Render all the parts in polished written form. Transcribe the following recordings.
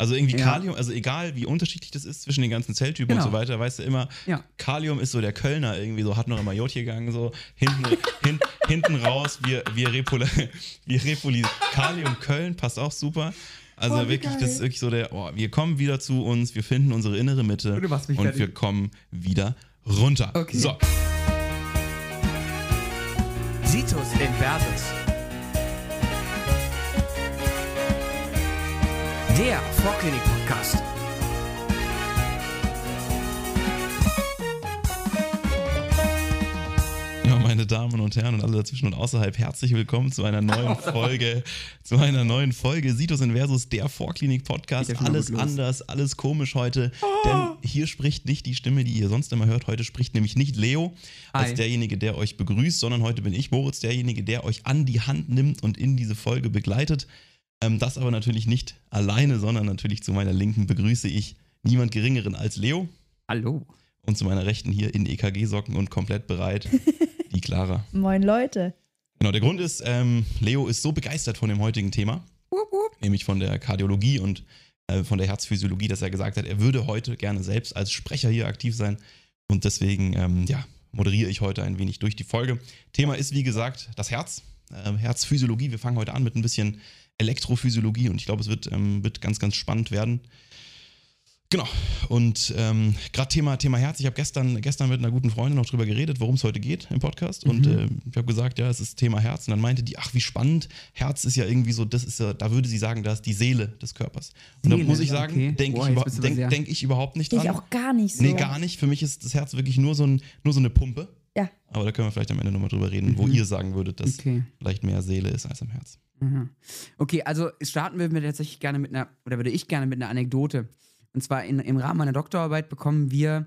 Also irgendwie Kalium, also egal wie unterschiedlich das ist zwischen den ganzen Zelltypen und so weiter, weißt du immer, Kalium ist so der Kölner irgendwie so, hat noch immer Jod gegangen, so hinten raus, wir Kalium Köln passt auch super. Also wirklich, das ist wirklich so wir kommen wieder zu uns, wir finden unsere innere Mitte und wir kommen wieder runter. Okay. So. Situs Inversus. Der Vorklinik-Podcast. Ja, meine Damen und Herren und alle dazwischen und außerhalb, herzlich willkommen zu einer neuen Folge, Situs Inversus, der Vorklinik-Podcast. Alles anders, alles komisch heute, denn hier spricht nicht die Stimme, die ihr sonst immer hört. Heute spricht nämlich nicht Leo als derjenige, der euch begrüßt, sondern heute bin ich, Moritz, derjenige, der euch an die Hand nimmt und in diese Folge begleitet. Das aber natürlich nicht alleine, sondern natürlich zu meiner Linken begrüße ich niemand Geringeren als Leo. Hallo. Und zu meiner Rechten hier in EKG-Socken und komplett bereit, die Clara. Moin Leute. Genau, der Grund ist, Leo ist so begeistert von dem heutigen Thema, nämlich von der Kardiologie und von der Herzphysiologie, dass er gesagt hat, er würde heute gerne selbst als Sprecher hier aktiv sein. Und deswegen, moderiere ich heute ein wenig durch die Folge. Thema ist, wie gesagt, das Herz, Herzphysiologie. Wir fangen heute an mit ein bisschen Elektrophysiologie und ich glaube, es wird ganz, ganz spannend werden. Genau, und gerade Thema Herz, ich habe gestern mit einer guten Freundin noch drüber geredet, worum es heute geht im Podcast und ich habe gesagt, ja, es ist Thema Herz und dann meinte die, ach wie spannend, Herz ist ja irgendwie so, das ist ja, da würde sie sagen, da ist die Seele des Körpers. Und da muss ich sagen, denk ich überhaupt nicht dran. Ich auch gar nicht so. Nee, gar nicht, für mich ist das Herz wirklich nur so eine Pumpe. Ja. Aber da können wir vielleicht am Ende nochmal drüber reden, wo ihr sagen würdet, dass vielleicht mehr Seele ist als am Herz. Okay, also starten wir tatsächlich gerne würde ich gerne mit einer Anekdote. Und zwar im Rahmen meiner Doktorarbeit bekommen wir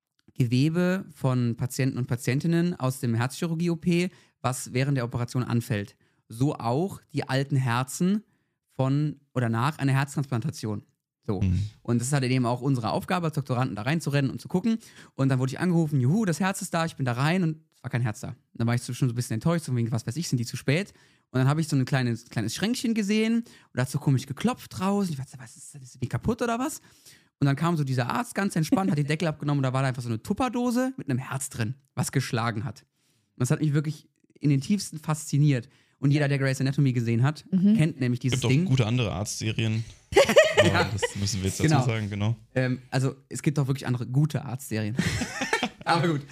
Gewebe von Patienten und Patientinnen aus dem Herzchirurgie-OP, was während der Operation anfällt. So auch die alten Herzen von oder nach einer Herztransplantation. So. Und das ist halt eben auch unsere Aufgabe als Doktoranden, da reinzurennen und zu gucken. Und dann wurde ich angerufen, juhu, das Herz ist da, ich bin da rein und es war kein Herz da. Dann war ich schon so ein bisschen enttäuscht, so wegen, was weiß ich, sind die zu spät? Und dann habe ich so ein kleines Schränkchen gesehen und da hat so komisch geklopft draußen. Ich dachte, was ist das, ist die kaputt oder was? Und dann kam so dieser Arzt ganz entspannt, hat die Deckel abgenommen und da war da einfach so eine Tupperdose mit einem Herz drin, was geschlagen hat. Und das hat mich wirklich in den tiefsten fasziniert. Und jeder, der Grey's Anatomy gesehen hat, kennt nämlich dieses Ding. Es gibt auch gute andere Arztserien. Das müssen wir jetzt dazu sagen, genau. Also es gibt auch wirklich andere gute Arztserien. Aber gut.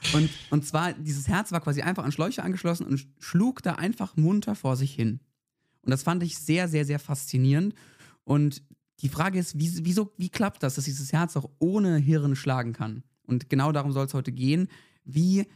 Und zwar, dieses Herz war quasi einfach an Schläuche angeschlossen und schlug da einfach munter vor sich hin. Und das fand ich sehr, sehr, sehr faszinierend. Und die Frage ist, wie klappt das, dass dieses Herz auch ohne Hirn schlagen kann? Und genau darum soll es heute gehen, wie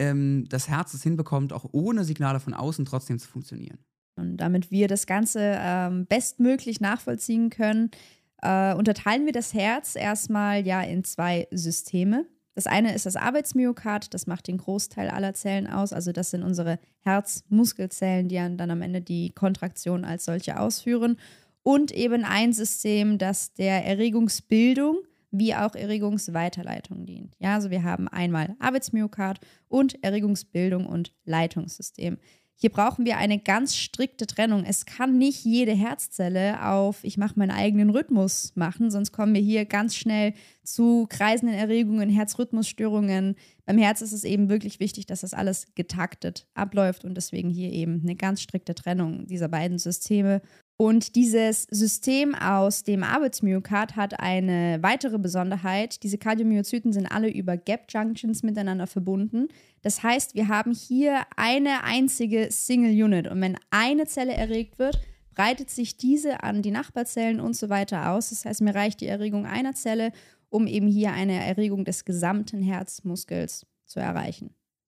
das Herz es hinbekommt, auch ohne Signale von außen trotzdem zu funktionieren. Und damit wir das Ganze bestmöglich nachvollziehen können, unterteilen wir das Herz erstmal in zwei Systeme. Das eine ist das Arbeitsmyokard, das macht den Großteil aller Zellen aus. Also das sind unsere Herzmuskelzellen, die dann am Ende die Kontraktion als solche ausführen. Und eben ein System, das der Erregungsbildung wie auch Erregungsweiterleitung dient. Ja, also wir haben einmal Arbeitsmyokard und Erregungsbildung und Leitungssystem. Hier brauchen wir eine ganz strikte Trennung. Es kann nicht jede Herzzelle auf ich mache meinen eigenen Rhythmus machen, sonst kommen wir hier ganz schnell zu kreisenden Erregungen, Herzrhythmusstörungen. Beim Herz ist es eben wirklich wichtig, dass das alles getaktet abläuft und deswegen hier eben eine ganz strikte Trennung dieser beiden Systeme. Und dieses System aus dem Arbeitsmyokard hat eine weitere Besonderheit. Diese Kardiomyozyten sind alle über Gap-Junctions miteinander verbunden. Das heißt, wir haben hier eine einzige Single Unit. Und wenn eine Zelle erregt wird, breitet sich diese an die Nachbarzellen und so weiter aus. Das heißt, mir reicht die Erregung einer Zelle, um eben hier eine Erregung des gesamten Herzmuskels zu erreichen.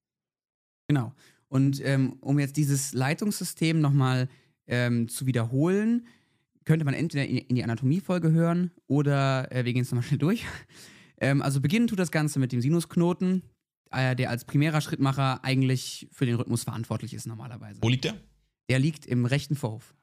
Genau. Und um jetzt dieses Leitungssystem nochmal zu wiederholen, könnte man entweder in die Anatomiefolge hören oder wir gehen es nochmal schnell durch. Also beginnen tut das Ganze mit dem Sinusknoten, der als primärer Schrittmacher eigentlich für den Rhythmus verantwortlich ist normalerweise. Wo liegt der? Der liegt im rechten Vorhof.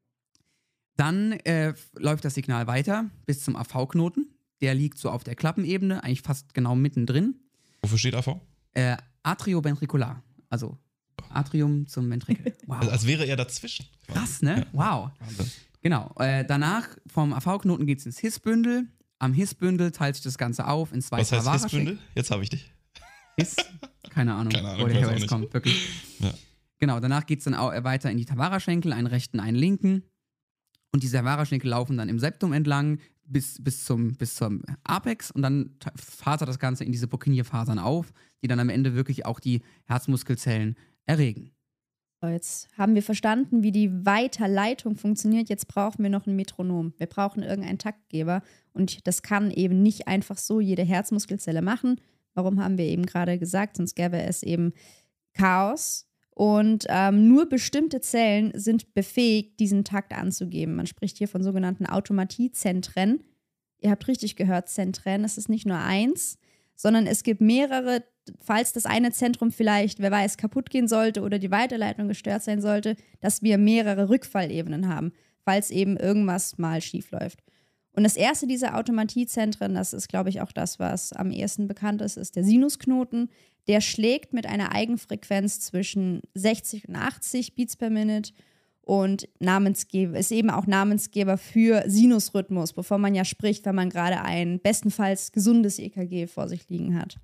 Dann läuft das Signal weiter bis zum AV-Knoten. Der liegt so auf der Klappenebene, eigentlich fast genau mittendrin. Wofür steht AV? Atrioventrikular, also Atrium zum Ventrikel. Wow. Also als wäre er dazwischen. Krass, ne? Ja. Wow. Genau. Danach vom AV-Knoten geht es ins His-Bündel. Am His-Bündel teilt sich das Ganze auf in 2 Was heißt Tavara-Schenkel. His-Bündel? Jetzt habe ich dich. His? Keine Ahnung, Keine Ahnung, wo der weiß auch jetzt nicht. kommt, wirklich. Ja. Genau, danach geht es dann auch weiter in die Tavara-Schenkel, einen rechten, einen linken. Und diese Tavara-Schenkel laufen dann im Septum entlang bis zum Apex und dann fasert das Ganze in diese Purkinje-Fasern auf, die dann am Ende wirklich auch die Herzmuskelzellen erregen. So, jetzt haben wir verstanden, wie die Weiterleitung funktioniert. Jetzt brauchen wir noch ein Metronom. Wir brauchen irgendeinen Taktgeber. Und das kann eben nicht einfach so jede Herzmuskelzelle machen. Warum haben wir eben gerade gesagt? Sonst gäbe es eben Chaos. Und nur bestimmte Zellen sind befähigt, diesen Takt anzugeben. Man spricht hier von sogenannten Automatiezentren. Ihr habt richtig gehört, Zentren. Es ist nicht nur eins, sondern es gibt mehrere. Falls das eine Zentrum vielleicht, wer weiß, kaputt gehen sollte oder die Weiterleitung gestört sein sollte, dass wir mehrere Rückfallebenen haben, falls eben irgendwas mal schief läuft. Und das erste dieser Automatiezentren, das ist, glaube ich, auch das, was am ehesten bekannt ist, ist der Sinusknoten. Der schlägt mit einer Eigenfrequenz zwischen 60 und 80 Beats per Minute und ist eben auch Namensgeber für Sinusrhythmus, wovon man ja spricht, wenn man gerade ein bestenfalls gesundes EKG vor sich liegen hat.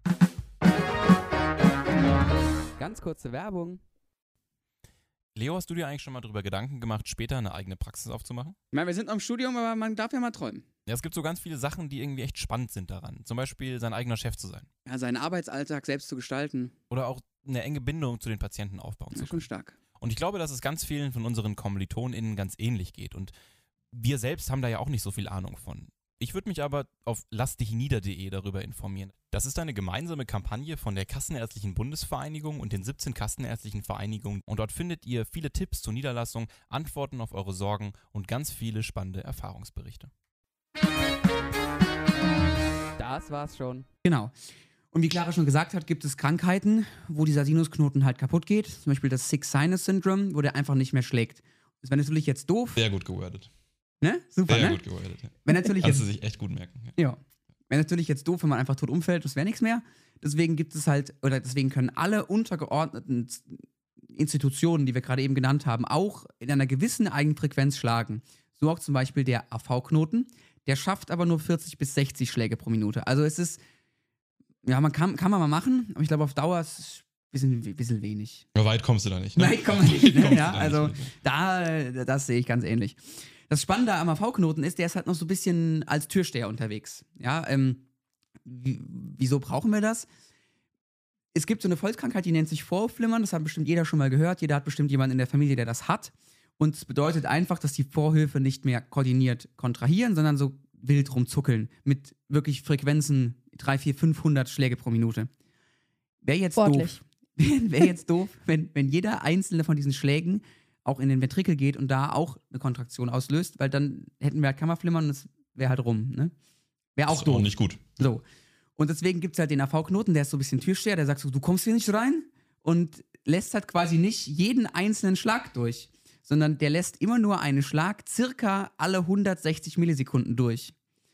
Ganz kurze Werbung. Leo, hast du dir eigentlich schon mal darüber Gedanken gemacht, später eine eigene Praxis aufzumachen? Ich meine, wir sind noch im Studium, aber man darf ja mal träumen. Ja, es gibt so ganz viele Sachen, die irgendwie echt spannend sind daran. Zum Beispiel sein eigener Chef zu sein. Ja, seinen Arbeitsalltag selbst zu gestalten, Oder auch eine enge Bindung zu den Patienten aufbauen zu ist können. schon stark. Und ich glaube, dass es ganz vielen von unseren KommilitonInnen ganz ähnlich geht. Und wir selbst haben da ja auch nicht so viel Ahnung von. Ich würde mich aber auf lassdichnieder.de darüber informieren. Das ist eine gemeinsame Kampagne von der Kassenärztlichen Bundesvereinigung und den 17 Kassenärztlichen Vereinigungen. Und dort findet ihr viele Tipps zur Niederlassung, Antworten auf eure Sorgen und ganz viele spannende Erfahrungsberichte. Das war's schon. Genau. Und wie Clara schon gesagt hat, gibt es Krankheiten, wo dieser Sinusknoten halt kaputt geht. Zum Beispiel das Sick Sinus Syndrome, wo der einfach nicht mehr schlägt. Das wäre natürlich jetzt doof. Sehr gut gewordet. Ne? Super, Sehr ne? gut gewordet. Ja. Wenn natürlich Kannst du jetzt, sich echt gut merken. Ja. ja. Wäre natürlich jetzt doof, wenn man einfach tot umfällt, das wäre nichts mehr. Deswegen gibt es halt, oder deswegen können alle untergeordneten Institutionen, die wir gerade eben genannt haben, auch in einer gewissen Eigenfrequenz schlagen. So auch zum Beispiel der AV-Knoten. Der schafft aber nur 40 bis 60 Schläge pro Minute. Also es ist, ja, kann man mal machen, aber ich glaube auf Dauer ist es ein bisschen wenig. Aber weit kommst du da nicht. Ne? Nein, kann man nicht. Ne? Kommst Ja, du da also nicht. das sehe ich ganz ähnlich. Das Spannende am AV-Knoten ist, der ist halt noch so ein bisschen als Türsteher unterwegs. Ja, wieso brauchen wir das? Es gibt so eine Volkskrankheit, die nennt sich Vorhofflimmern. Das hat bestimmt jeder schon mal gehört. Jeder hat bestimmt jemanden in der Familie, der das hat. Und es bedeutet einfach, dass die Vorhöfe nicht mehr koordiniert kontrahieren, sondern so wild rumzuckeln. Mit wirklich Frequenzen 300, 400, 500 Schläge pro Minute. Wäre jetzt Sportlich. doof, wenn jeder einzelne von diesen Schlägen auch in den Ventrikel geht und da auch eine Kontraktion auslöst, weil dann hätten wir halt Kammerflimmern und es wäre halt rum. Ne? Wäre auch Ist doof. auch nicht gut. So. Und deswegen gibt es halt den AV-Knoten, der ist so ein bisschen Türsteher, der sagt so, du kommst hier nicht rein und lässt halt quasi nicht jeden einzelnen Schlag durch, sondern der lässt immer nur einen Schlag circa alle 160 Millisekunden durch.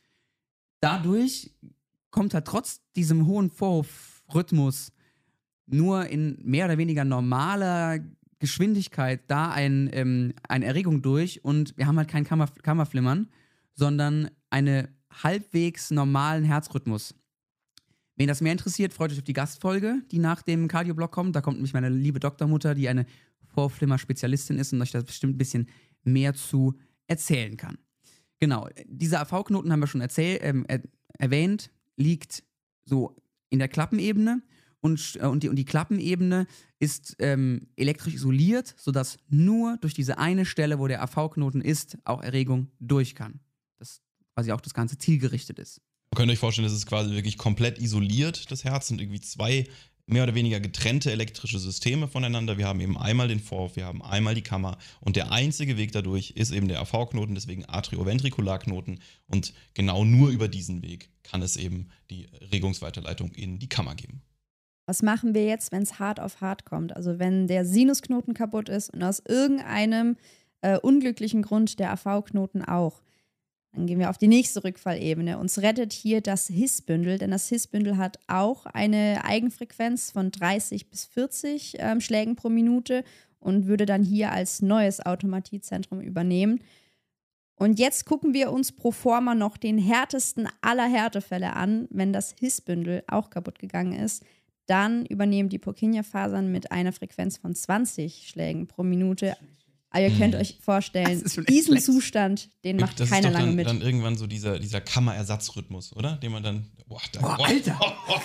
Dadurch kommt halt trotz diesem hohen Vorhofrhythmus nur in mehr oder weniger normaler Geschwindigkeit da eine Erregung durch und wir haben halt kein Kammerflimmern, sondern einen halbwegs normalen Herzrhythmus. Wen das mehr interessiert, freut euch auf die Gastfolge, die nach dem Cardio-Block kommt. Da kommt nämlich meine liebe Doktormutter, die eine Vorflimmer-Spezialistin ist und euch da bestimmt ein bisschen mehr zu erzählen kann. Genau, dieser AV-Knoten haben wir schon erwähnt, liegt so in der Klappenebene und die Klappenebene ist elektrisch isoliert, sodass nur durch diese eine Stelle, wo der AV-Knoten ist, auch Erregung durch kann. Das quasi auch das Ganze zielgerichtet ist. Ihr könnt euch vorstellen, das ist quasi wirklich komplett isoliert, das Herz, sind irgendwie zwei mehr oder weniger getrennte elektrische Systeme voneinander. Wir haben eben einmal den Vorhof, wir haben einmal die Kammer und der einzige Weg dadurch ist eben der AV-Knoten, deswegen Atrioventrikularknoten und genau nur über diesen Weg kann es eben die Regungsweiterleitung in die Kammer geben. Was machen wir jetzt, wenn es hart auf hart kommt? Also wenn der Sinusknoten kaputt ist und aus irgendeinem unglücklichen Grund der AV-Knoten auch. Dann gehen wir auf die nächste Rückfallebene. Uns rettet hier das His-Bündel, denn das His-Bündel hat auch eine Eigenfrequenz von 30 bis 40 Schlägen pro Minute und würde dann hier als neues Automatiezentrum übernehmen. Und jetzt gucken wir uns pro forma noch den härtesten aller Härtefälle an. Wenn das His-Bündel auch kaputt gegangen ist, dann übernehmen die Purkinje-Fasern mit einer Frequenz von 20 Schlägen pro Minute. Aber ihr könnt euch vorstellen, diesen Zustand, den macht keiner lange mit. Das ist dann irgendwann so dieser Kammerersatzrhythmus, oder? Den man dann... Alter!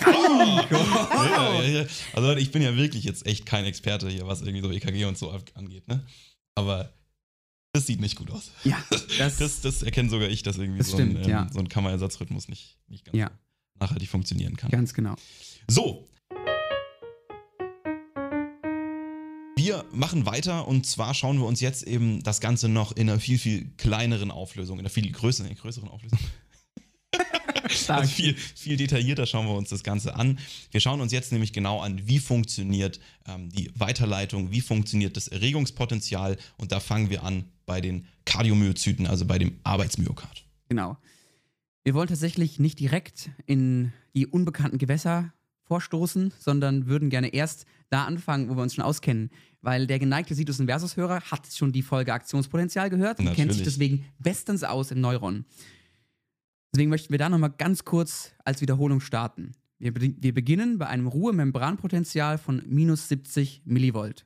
Ja. Also ich bin ja wirklich jetzt echt kein Experte hier, was irgendwie so EKG und so angeht, ne? Aber das sieht nicht gut aus. Ja, das erkenne sogar ich, dass irgendwie so ein Kammerersatzrhythmus nicht ganz so nachhaltig funktionieren kann. Ganz genau. So. Wir machen weiter und zwar schauen wir uns jetzt eben das Ganze noch in einer viel, viel kleineren Auflösung, in einer viel größeren Auflösung. Also viel detaillierter schauen wir uns das Ganze an. Wir schauen uns jetzt nämlich genau an, wie funktioniert die Weiterleitung, wie funktioniert das Erregungspotenzial und da fangen wir an bei den Kardiomyozyten, also bei dem Arbeitsmyokard. Genau. Wir wollen tatsächlich nicht direkt in die unbekannten Gewässer vorstoßen, sondern würden gerne erst da anfangen, wo wir uns schon auskennen. Weil der geneigte Situs Inversus-Hörer hat schon die Folge Aktionspotenzial gehört und kennt sich deswegen bestens aus im Neuron. Deswegen möchten wir da nochmal ganz kurz als Wiederholung starten. Wir beginnen bei einem Ruhemembranpotenzial von minus 70 Millivolt.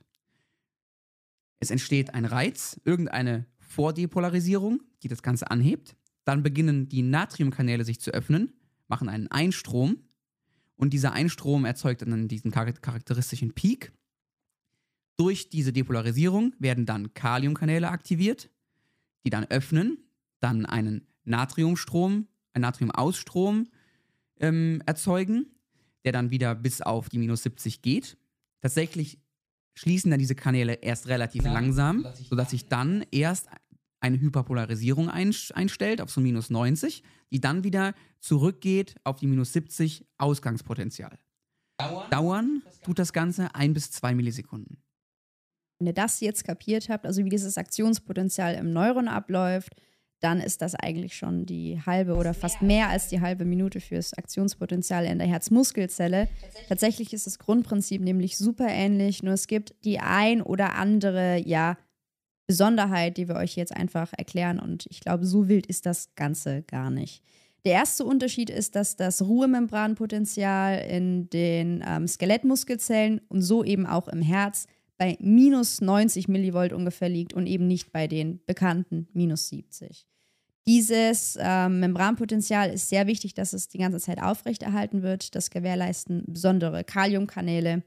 Es entsteht ein Reiz, irgendeine Vordepolarisierung, die das Ganze anhebt. Dann beginnen die Natriumkanäle sich zu öffnen, machen einen Einstrom und dieser Einstrom erzeugt dann diesen charakteristischen Peak. Durch diese Depolarisierung werden dann Kaliumkanäle aktiviert, die dann öffnen, dann einen Natriumstrom, einen Natriumausstrom erzeugen, der dann wieder bis auf die minus 70 geht. Tatsächlich schließen dann diese Kanäle erst relativ langsam, sodass sich dann erst eine Hyperpolarisierung einstellt auf so minus 90, die dann wieder zurückgeht auf die minus 70 Ausgangspotenzial. Dauern tut das Ganze 1 bis 2 Millisekunden. Wenn ihr das jetzt kapiert habt, also wie dieses Aktionspotenzial im Neuron abläuft, dann ist das eigentlich schon die halbe oder fast mehr als die halbe Minute fürs Aktionspotenzial in der Herzmuskelzelle. Tatsächlich ist das Grundprinzip nämlich super ähnlich, nur es gibt die ein oder andere, Besonderheit, die wir euch jetzt einfach erklären und ich glaube, so wild ist das Ganze gar nicht. Der erste Unterschied ist, dass das Ruhemembranpotenzial in den Skelettmuskelzellen und so eben auch im Herz bei minus 90 Millivolt ungefähr liegt und eben nicht bei den bekannten minus 70. Dieses Membranpotenzial ist sehr wichtig, dass es die ganze Zeit aufrechterhalten wird. Das gewährleisten besondere Kaliumkanäle.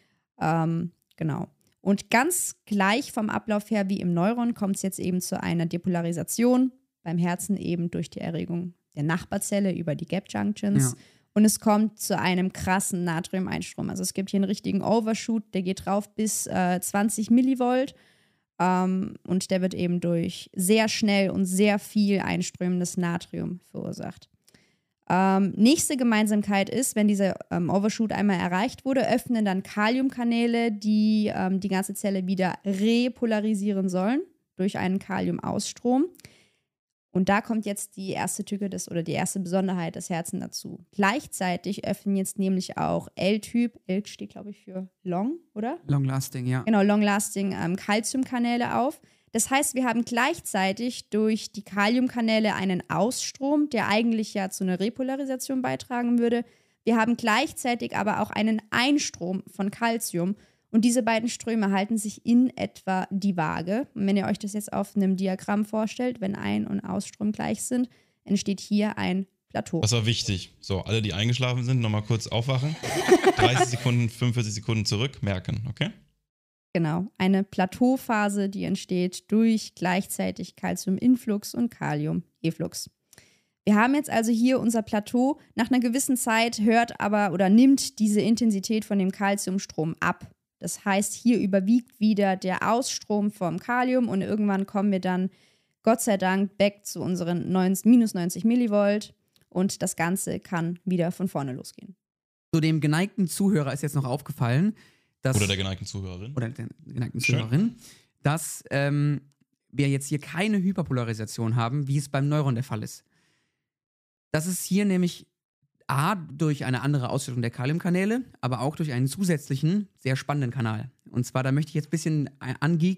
Genau. Und ganz gleich vom Ablauf her wie im Neuron kommt es jetzt eben zu einer Depolarisation, beim Herzen eben durch die Erregung der Nachbarzelle über die Gap Junctions. Ja. Und es kommt zu einem krassen Natrium-Einstrom. Also es gibt hier einen richtigen Overshoot, der geht drauf bis 20 Millivolt. Und der wird eben durch sehr schnell und sehr viel einströmendes Natrium verursacht. Nächste Gemeinsamkeit ist, wenn dieser Overshoot einmal erreicht wurde, öffnen dann Kaliumkanäle, die die ganze Zelle wieder repolarisieren sollen durch einen Kaliumausstrom. Und da kommt jetzt die erste Tücke die erste Besonderheit des Herzens dazu. Gleichzeitig öffnen jetzt nämlich auch L-Typ, L steht glaube ich für Long, oder? Long-Lasting, ja. Genau, Long-Lasting Calciumkanäle auf. Das heißt, wir haben gleichzeitig durch die Kaliumkanäle einen Ausstrom, der eigentlich ja zu einer Repolarisation beitragen würde. Wir haben gleichzeitig aber auch einen Einstrom von Calcium. Und diese beiden Ströme halten sich in etwa die Waage. Und wenn ihr euch das jetzt auf einem Diagramm vorstellt, wenn Ein- und Ausstrom gleich sind, entsteht hier ein Plateau. Das war wichtig. So, alle, die eingeschlafen sind, nochmal kurz aufwachen. 30 Sekunden, 45 Sekunden zurück, merken, okay? Genau, eine Plateauphase, die entsteht durch gleichzeitig Calcium-Influx und Kalium-Efflux. Wir haben jetzt also hier unser Plateau. Nach einer gewissen Zeit nimmt diese Intensität von dem Calciumstrom ab. Das heißt, hier überwiegt wieder der Ausstrom vom Kalium und irgendwann kommen wir dann, Gott sei Dank, back zu unseren minus 90 Millivolt und das Ganze kann wieder von vorne losgehen. So, dem geneigten Zuhörer ist jetzt noch aufgefallen, dass... Oder der geneigten Zuhörerin. Dass wir jetzt hier keine Hyperpolarisation haben, wie es beim Neuron der Fall ist. Das ist hier nämlich durch eine andere Ausstattung der Kaliumkanäle, aber auch durch einen zusätzlichen, sehr spannenden Kanal. Und zwar, da möchte ich jetzt ein bisschen angeeken,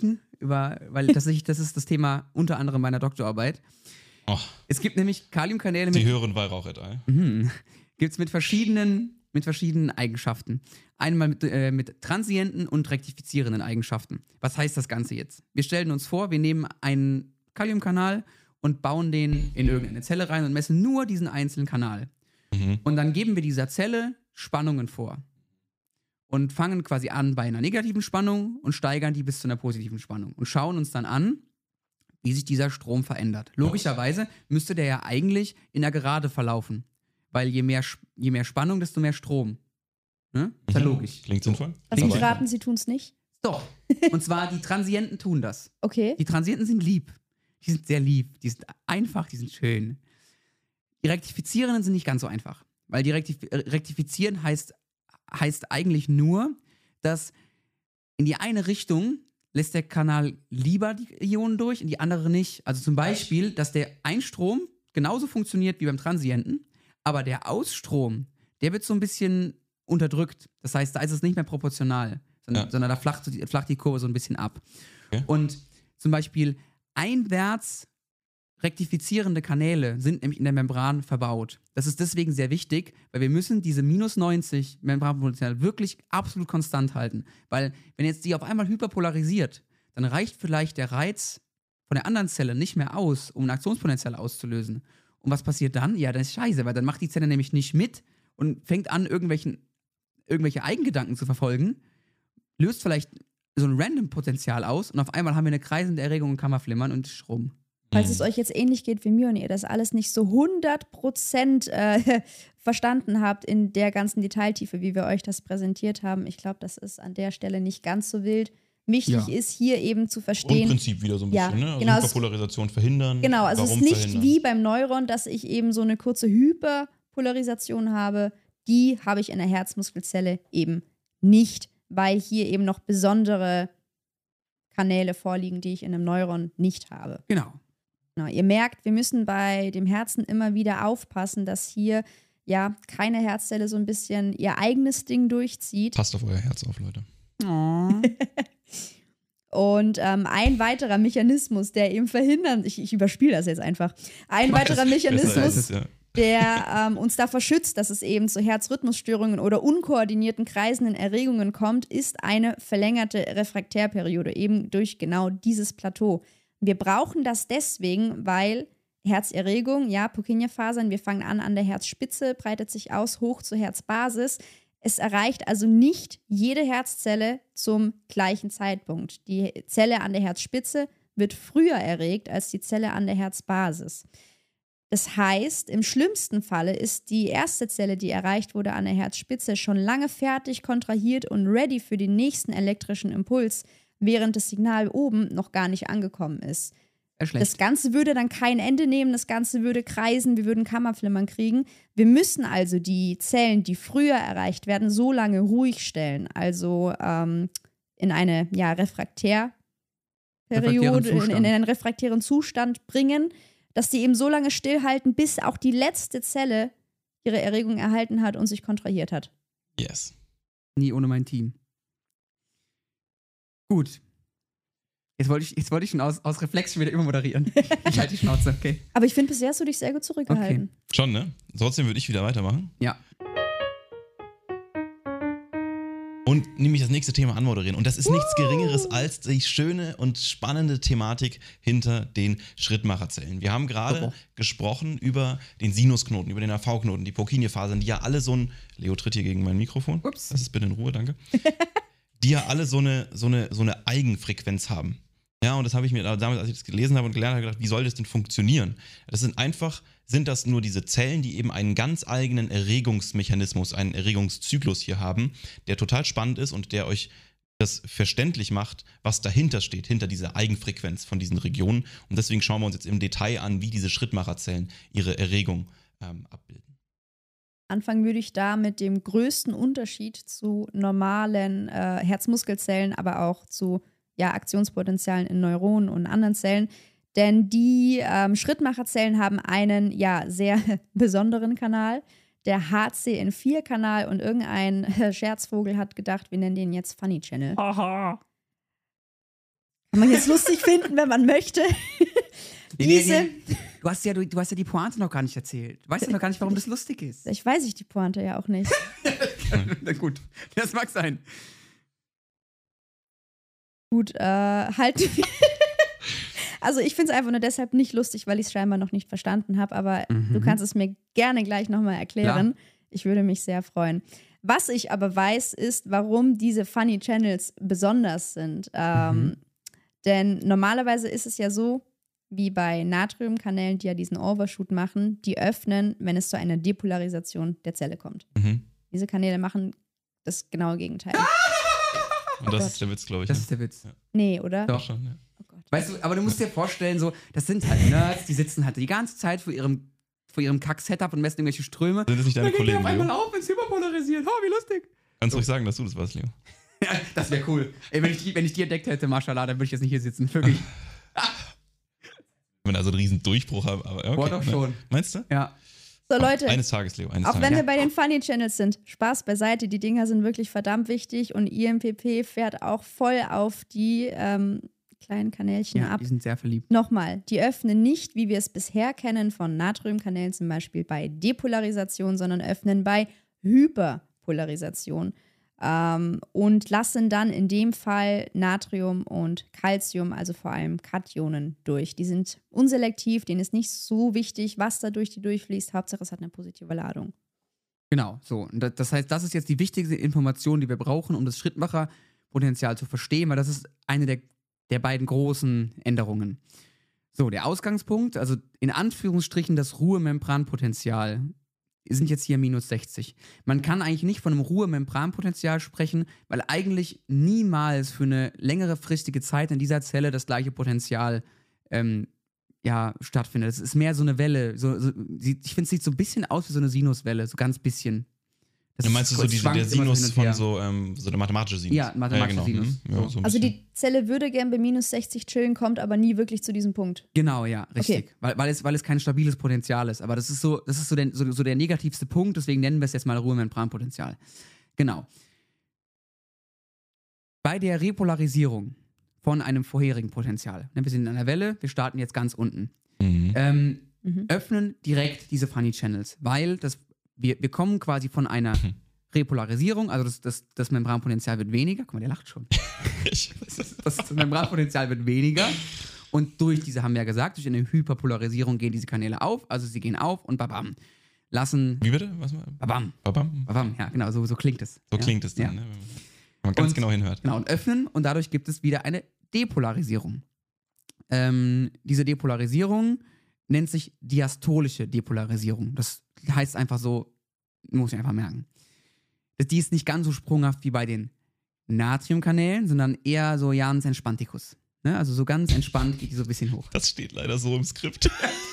weil das ist das Thema unter anderem meiner Doktorarbeit. Oh, Es gibt nämlich Kaliumkanäle die mit hören Weihrauch et al. Gibt's mit verschiedenen Eigenschaften. Einmal mit transienten und rektifizierenden Eigenschaften. Was heißt das Ganze jetzt? Wir stellen uns vor, wir nehmen einen Kaliumkanal und bauen den in irgendeine Zelle rein und messen nur diesen einzelnen Kanal. Mhm. Und dann geben wir dieser Zelle Spannungen vor. Und fangen quasi an bei einer negativen Spannung und steigern die bis zu einer positiven Spannung. Und schauen uns dann an, wie sich dieser Strom verändert. Logischerweise müsste der ja eigentlich in der Gerade verlaufen. Weil je mehr Spannung, desto mehr Strom. Ne? Ist ja logisch. Klingt sinnvoll. Also Klingt Sie raten, Sie tun es nicht? Doch. Und zwar die Transienten tun das. Okay. Die Transienten sind lieb. Die sind sehr lieb. Die sind einfach, die sind schön. Die Rektifizierenden sind nicht ganz so einfach. Weil die Rektifizieren heißt eigentlich nur, dass in die eine Richtung lässt der Kanal lieber die Ionen durch, in die andere nicht. Also zum Beispiel, dass der Einstrom genauso funktioniert wie beim Transienten, aber der Ausstrom, der wird so ein bisschen unterdrückt. Das heißt, da ist es nicht mehr proportional, sondern da flacht die Kurve so ein bisschen ab. Okay. Und zum Beispiel einwärts rektifizierende Kanäle sind nämlich in der Membran verbaut. Das ist deswegen sehr wichtig, weil wir müssen diese minus 90 Membranpotenzial wirklich absolut konstant halten. Weil wenn jetzt die auf einmal hyperpolarisiert, dann reicht vielleicht der Reiz von der anderen Zelle nicht mehr aus, um ein Aktionspotenzial auszulösen. Und was passiert dann? Ja, das ist scheiße, weil dann macht die Zelle nämlich nicht mit und fängt an, irgendwelche Eigengedanken zu verfolgen, löst vielleicht so ein Random-Potenzial aus und auf einmal haben wir eine kreisende Erregung und Kammerflimmern und Schrumm. Falls es euch jetzt ähnlich geht wie mir und ihr das alles nicht so 100% verstanden habt in der ganzen Detailtiefe, wie wir euch das präsentiert haben, ich glaube, das ist an der Stelle nicht ganz so wild. Wichtig ist hier eben zu verstehen. Grundprinzip wieder so ein bisschen, ne? Also genau, Hyperpolarisation verhindern. Genau, also es ist nicht verhindern? wie beim Neuron, dass ich eben so eine kurze Hyperpolarisation habe. Die habe ich in der Herzmuskelzelle eben nicht, weil hier eben noch besondere Kanäle vorliegen, die ich in einem Neuron nicht habe. Genau. Genau, ihr merkt, wir müssen bei dem Herzen immer wieder aufpassen, dass hier ja keine Herzzelle so ein bisschen ihr eigenes Ding durchzieht. Passt auf euer Herz auf, Leute. Oh. Und ein weiterer Mechanismus, der eben verhindern, ich überspiele das jetzt einfach, weiterer Mechanismus, der uns davor schützt, dass es eben zu Herzrhythmusstörungen oder unkoordinierten kreisenden Erregungen kommt, ist eine verlängerte Refraktärperiode, eben durch genau dieses Plateau. Wir brauchen das deswegen, weil Herzerregung, ja, Purkinje-Fasern, wir fangen an der Herzspitze, breitet sich aus, hoch zur Herzbasis. Es erreicht also nicht jede Herzzelle zum gleichen Zeitpunkt. Die Zelle an der Herzspitze wird früher erregt als die Zelle an der Herzbasis. Das heißt, im schlimmsten Falle ist die erste Zelle, die erreicht wurde an der Herzspitze, schon lange fertig, kontrahiert und ready für den nächsten elektrischen Impuls, während das Signal oben noch gar nicht angekommen ist. Das Ganze würde dann kein Ende nehmen, das Ganze würde kreisen, wir würden Kammerflimmern kriegen. Wir müssen also die Zellen, die früher erreicht werden, so lange ruhig stellen, also in eine Refraktärperiode, in einen refraktären Zustand bringen, dass die eben so lange stillhalten, bis auch die letzte Zelle ihre Erregung erhalten hat und sich kontrahiert hat. Yes. Nie ohne mein Team. Gut. Jetzt wollte ich schon aus Reflex schon wieder immer moderieren. Ich halte die Schnauze, okay. Aber ich finde, bisher hast du dich sehr gut zurückgehalten. Okay. Schon, ne? Trotzdem würde ich wieder weitermachen. Ja. Und nämlich das nächste Thema anmoderieren. Und das ist nichts Geringeres als die schöne und spannende Thematik hinter den Schrittmacherzellen. Wir haben gerade gesprochen über den Sinusknoten, über den AV-Knoten, die Purkinje-Fasern, die ja alle so ein... Leo tritt hier gegen mein Mikrofon. Ups. Lass es bitte in Ruhe, danke. Die ja alle so eine Eigenfrequenz haben. Ja, und das habe ich mir damals, als ich das gelesen habe und gelernt habe, gedacht, wie soll das denn funktionieren? Sind das nur diese Zellen, die eben einen ganz eigenen Erregungsmechanismus, einen Erregungszyklus hier haben, der total spannend ist und der euch das verständlich macht, was dahinter steht, hinter dieser Eigenfrequenz von diesen Regionen. Und deswegen schauen wir uns jetzt im Detail an, wie diese Schrittmacherzellen ihre Erregung abbilden. Anfangen würde ich da mit dem größten Unterschied zu normalen Herzmuskelzellen, aber auch zu Aktionspotenzialen in Neuronen und anderen Zellen. Denn die Schrittmacherzellen haben einen sehr besonderen Kanal, der HCN4-Kanal, und irgendein Scherzvogel hat gedacht, wir nennen den jetzt Funny Channel. Aha. Kann man jetzt lustig finden, wenn man möchte. Diese. Du hast ja die Pointe noch gar nicht erzählt. Du weißt ja noch gar nicht, warum das lustig ist. Ich weiß die Pointe ja auch nicht. Na gut, das mag sein. Gut, halten wir. Also ich finde es einfach nur deshalb nicht lustig, weil ich es scheinbar noch nicht verstanden habe, aber du kannst es mir gerne gleich nochmal erklären. Klar. Ich würde mich sehr freuen. Was ich aber weiß, ist, warum diese Funny Channels besonders sind. Denn normalerweise ist es ja so, wie bei Natriumkanälen, die ja diesen Overshoot machen, die öffnen, wenn es zu einer Depolarisation der Zelle kommt. Diese Kanäle machen das genaue Gegenteil. Und das ist der Witz, glaube ich. Das ne? ist der Witz. Ja. Nee, oder? Doch. Schon, ja. Oh Gott. Weißt du, aber du musst dir vorstellen, so, das sind halt Nerds, die sitzen halt die ganze Zeit vor ihrem Kack-Setup und messen irgendwelche Ströme. Sind das nicht deine Dann geht der Kollegen, auf einmal Leo? auf, wenn es hyperpolarisiert. Oh, wie lustig. Kannst du ruhig sagen, dass du das warst, Leo? Ja, das wäre cool. Ey, wenn ich die entdeckt hätte, Mashallah, dann würde ich jetzt nicht hier sitzen. Wirklich. Wenn wir da so einen riesen Durchbruch haben, aber okay. Boah, doch schon. Meinst du? Ja. So, Leute. Eines Tages, Leo, eines Auch Tages. wenn wir bei den Funny Channels sind, Spaß beiseite, die Dinger sind wirklich verdammt wichtig und IMPP fährt auch voll auf die kleinen Kanälchen Ja, ab. die sind sehr verliebt. Nochmal, die öffnen nicht, wie wir es bisher kennen von Natriumkanälen, zum Beispiel bei Depolarisation, sondern öffnen bei Hyperpolarisation und lassen dann in dem Fall Natrium und Calcium, also vor allem Kationen, durch. Die sind unselektiv, denen ist nicht so wichtig, was da durch die durchfließt. Hauptsache, es hat eine positive Ladung. Genau, so. Und das heißt, das ist jetzt die wichtigste Information, die wir brauchen, um das Schrittmacherpotenzial zu verstehen, weil das ist eine der beiden großen Änderungen. So, der Ausgangspunkt, also in Anführungsstrichen das Ruhemembranpotenzial, sind jetzt hier minus 60. Man kann eigentlich nicht von einem Ruhemembranpotenzial sprechen, weil eigentlich niemals für eine längere fristige Zeit in dieser Zelle das gleiche Potenzial stattfindet. Es ist mehr so eine Welle. Ich finde, es sieht so ein bisschen aus wie so eine Sinuswelle, so ganz bisschen. Du meinst du so der Sinus von so der mathematische Sinus? Ja, mathematischer genau. Sinus. Ja, so ein Also bisschen. die Zelle würde gern bei minus 60 chillen, kommt aber nie wirklich zu diesem Punkt. Genau, ja, richtig. Okay. Weil es kein stabiles Potenzial ist. Aber das ist so der negativste Punkt, deswegen nennen wir es jetzt mal Ruhemembranpotenzial. Genau. Bei der Repolarisierung von einem vorherigen Potenzial, wir sind in einer Welle, wir starten jetzt ganz unten, öffnen direkt diese Funny Channels, weil wir kommen quasi von einer Repolarisierung, also das Membranpotenzial wird weniger. Guck mal, der lacht schon. Das Membranpotenzial wird weniger. Und durch haben wir ja gesagt, durch eine Hyperpolarisierung gehen diese Kanäle auf. Also sie gehen auf und babam. Wie bitte? Was mal? Babam. Babam? Babam, ja, genau, so klingt es. So ja. klingt es dann, ja. ne? Wenn man ganz Und- genau hinhört. Genau, und öffnen und dadurch gibt es wieder eine Depolarisierung. Diese Depolarisierung nennt sich diastolische Depolarisierung. Das heißt einfach so, muss ich einfach merken. Die ist nicht ganz so sprunghaft wie bei den Natriumkanälen, sondern eher so ganz entspanntikus. Ne? Also so ganz entspannt geht die so ein bisschen hoch. Das steht leider so im Skript.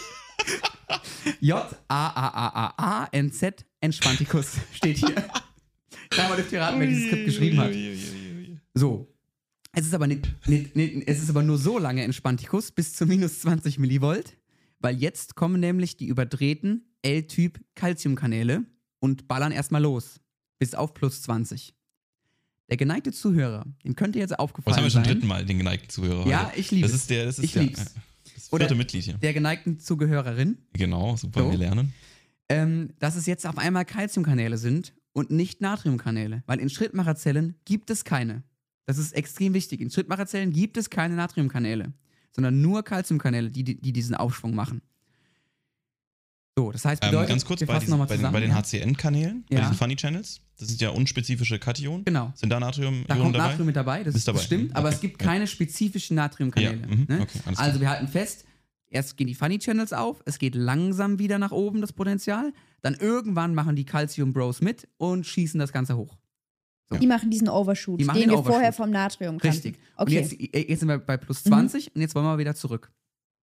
J-A-A-A-A-N-Z entspanntikus steht hier. Dreimal dürft ihr raten, wer dieses Skript geschrieben hat. So. Es ist aber nur so lange entspanntikus bis zu minus 20 Millivolt, weil jetzt kommen nämlich die überdrehten L-Typ Calciumkanäle und ballern erstmal los. Bis auf plus 20. Der geneigte Zuhörer, dem könnte jetzt aufgefallen Was haben wir sein. schon dritten Mal, den geneigten Zuhörer Ja, heute? ich liebe Das es. ist das Ich lieb's. das Oder- vierte Mitglied hier. Der geneigten Zugehörerin, Genau, super, So. wir lernen. dass es jetzt auf einmal Calciumkanäle sind und nicht Natriumkanäle. Weil in Schrittmacherzellen gibt es keine. Das ist extrem wichtig. In Schrittmacherzellen gibt es keine Natriumkanäle, sondern nur Calciumkanäle, die diesen Aufschwung machen. So, das heißt, bedeutet, Ganz kurz, wir bei fassen noch mal den zusammen, ja? HCN-Kanälen, bei Ja. diesen Funny Channels, das sind ja unspezifische Kationen. Genau. Sind da Da Natriumionen kommt dabei? Natrium mit dabei, das Ist dabei. stimmt, aber Okay, es gibt ja. keine spezifischen Natriumkanäle. Ja, Ne? okay, alles klar. Also wir halten fest, erst gehen die Funny Channels auf, es geht langsam wieder nach oben, das Potenzial, dann irgendwann machen die Calcium Bros mit und schießen das Ganze hoch. Die machen diesen Overshoot, Die machen den den wir Overshoot. vorher vom Natrium kannten. Richtig. Okay. Und jetzt sind wir bei plus 20 und jetzt wollen wir wieder zurück.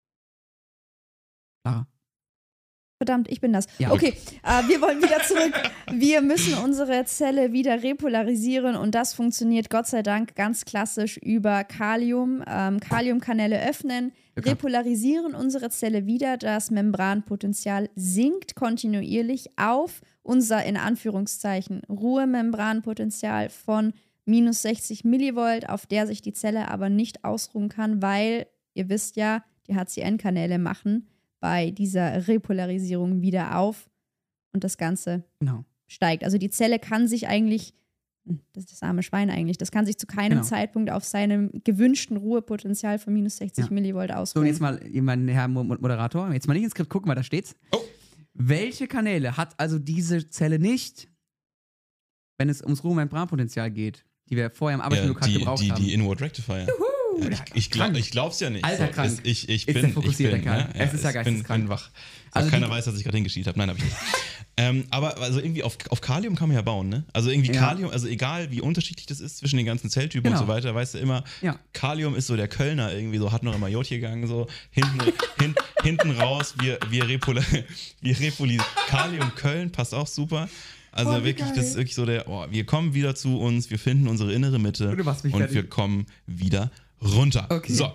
Clara. Verdammt, ich bin das. Ja. Okay, wir wollen wieder zurück. Wir müssen unsere Zelle wieder repolarisieren und das funktioniert Gott sei Dank ganz klassisch über Kalium. Kaliumkanäle öffnen, Okay. repolarisieren unsere Zelle wieder. Das Membranpotenzial sinkt kontinuierlich auf unser, in Anführungszeichen, Ruhemembranpotenzial von minus 60 Millivolt, auf der sich die Zelle aber nicht ausruhen kann, weil, ihr wisst ja, die HCN-Kanäle machen bei dieser Repolarisierung wieder auf und das Ganze Genau. steigt. Also die Zelle kann sich eigentlich, das ist das arme Schwein eigentlich, das kann sich zu keinem Genau. Zeitpunkt auf seinem gewünschten Ruhepotenzial von minus 60 Ja. Millivolt So, und ausruhen. jetzt mal, mein Herr Moderator, jetzt mal nicht ins Skript gucken, weil da steht's. Oh. Welche Kanäle hat also diese Zelle nicht, wenn es ums Ruhemembranpotenzial geht, die wir vorher im Arbeitsmyokard gebraucht haben? die Inward Rectifier. Ja, ich glaub's ja nicht. Alter, krank. Ich Ist bin, der fokussierte ich bin, Kerl. ne? Es ist ja geisteskrank. bin wach. Also Keiner die- weiß, dass ich gerade hingeschielt habe. Nein, habe ich nicht. Aber also irgendwie auf Kalium kann man ja bauen, ne? Also irgendwie Ja. Kalium, also egal wie unterschiedlich das ist zwischen den ganzen Zelltypen Genau. und so weiter, weißt du immer, Ja. Kalium ist so der Kölner irgendwie so, hat noch immer J gegangen, so hinten raus, wir repolisieren. Kalium Köln passt auch super. Also Oh, wie wirklich, geil. das ist wirklich so wir kommen wieder zu uns, wir finden unsere innere Mitte Du machst mich und fertig. wir kommen wieder runter. Okay. So.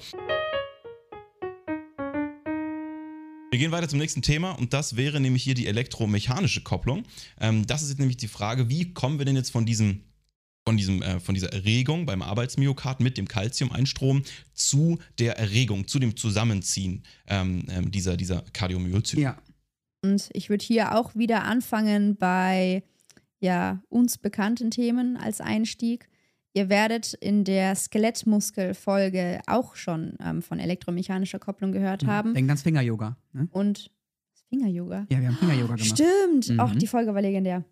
Wir gehen weiter zum nächsten Thema und das wäre nämlich hier die elektromechanische Kopplung. Das ist jetzt nämlich die Frage, wie kommen wir denn jetzt von dieser Erregung beim Arbeitsmyokard mit dem Calcium-Einstrom zu der Erregung, zu dem Zusammenziehen dieser Kardiomyozyklen. Ja. Und ich würde hier auch wieder anfangen bei uns bekannten Themen als Einstieg. Ihr werdet in der Skelettmuskel-Folge auch schon von elektromechanischer Kopplung gehört haben. Denk ans Finger-Yoga. Ne? Und Finger-Yoga. Ja, wir haben Finger-Yoga gemacht. Stimmt. Mhm. Auch die Folge war legendär.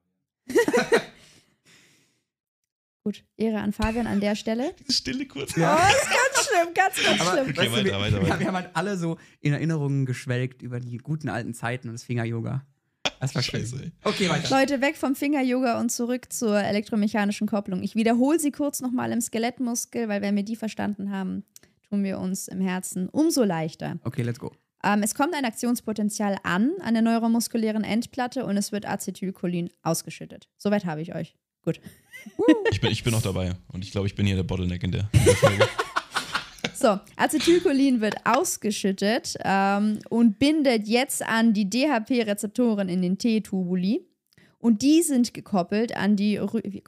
Gut, Ehre an Fabian an der Stelle. Diese Stille kurz. Ja. Oh, ist ganz schlimm, ganz Aber schlimm. Okay, weißt du, weiter. wir haben halt alle so in Erinnerungen geschwelgt über die guten alten Zeiten und das Finger-Yoga. Das war Scheiße, schön. ey. Okay, weiter. Leute, weg vom Finger-Yoga und zurück zur elektromechanischen Kopplung. Ich wiederhole sie kurz nochmal im Skelettmuskel, weil wenn wir die verstanden haben, tun wir uns im Herzen umso leichter. Okay, let's go. Es kommt ein Aktionspotenzial an der neuromuskulären Endplatte und es wird Acetylcholin ausgeschüttet. Soweit habe ich euch. Gut. Ich bin noch dabei und ich glaube, ich bin hier der Bottleneck in der Folge. So, Acetylcholin wird ausgeschüttet und bindet jetzt an die DHP-Rezeptoren in den T-Tubuli. Und die sind gekoppelt an die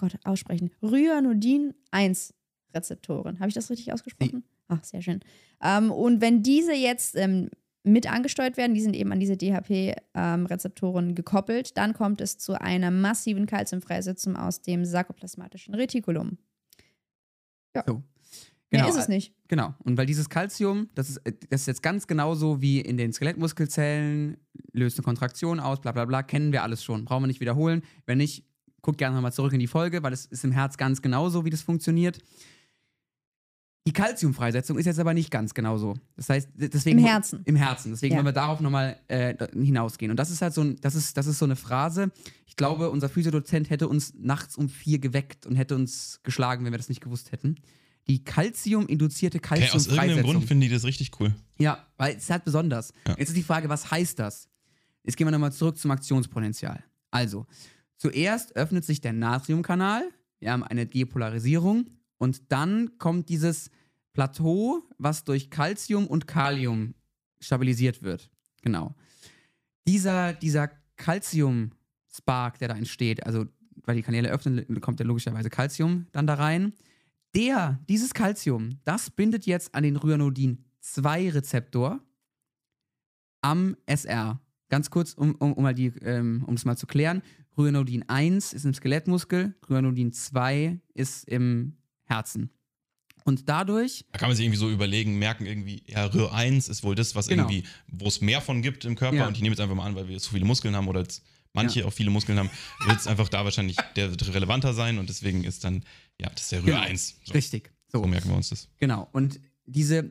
Ryanodin-1-Rezeptoren. Habe ich das richtig ausgesprochen? Ach, sehr schön. Und wenn diese jetzt mit angesteuert werden, die sind eben an diese DHP-Rezeptoren gekoppelt, dann kommt es zu einer massiven Calciumfreisetzung aus dem sarkoplasmatischen Retikulum. So. Mehr ist es nicht. Genau. Und weil dieses Calcium, das ist jetzt ganz genauso wie in den Skelettmuskelzellen, löst eine Kontraktion aus, bla bla bla, kennen wir alles schon. Brauchen wir nicht wiederholen. Wenn nicht, guckt gerne nochmal zurück in die Folge, weil es ist im Herz ganz genauso, wie das funktioniert. Die Calciumfreisetzung ist jetzt aber nicht ganz genauso. Das heißt, deswegen. Im Herzen. Im Herzen. Deswegen Ja. wollen wir darauf nochmal hinausgehen. Und das ist halt das ist so eine Phrase. Ich glaube, unser Physiodozent hätte uns nachts um 4 geweckt und hätte uns geschlagen, wenn wir das nicht gewusst hätten. Die Calcium-induzierte Okay, aus irgendeinem Calciumfreisetzung. Grund finden die das richtig cool. Ja, weil es ist halt besonders. Ja. Jetzt ist die Frage, was heißt das? Jetzt gehen wir nochmal zurück zum Aktionspotenzial. Also, zuerst öffnet sich der Natriumkanal, wir haben eine Depolarisierung und dann kommt dieses Plateau, was durch Calcium und Kalium stabilisiert wird. Genau. Dieser Calcium-Spark, der da entsteht, also weil die Kanäle öffnen, kommt ja logischerweise Calcium dann da rein. Dieses Calcium, das bindet jetzt an den Ryanodin-2-Rezeptor am SR. Ganz kurz, um es mal zu klären. Ryanodin 1 ist im Skelettmuskel, Ryanodin 2 ist im Herzen. Und dadurch, Da kann man sich irgendwie so merken irgendwie, ja, Rhyr 1 ist wohl das, was Genau. irgendwie, wo es mehr von gibt im Körper. Ja. Und ich nehme jetzt einfach mal an, weil wir so viele Muskeln haben oder jetzt manche auch viele Muskeln haben, wird es einfach da wahrscheinlich der wird relevanter sein und deswegen ist dann, ja, das ist der Rhyr Genau. 1. So, richtig. so merken wir uns das. Genau. Und diese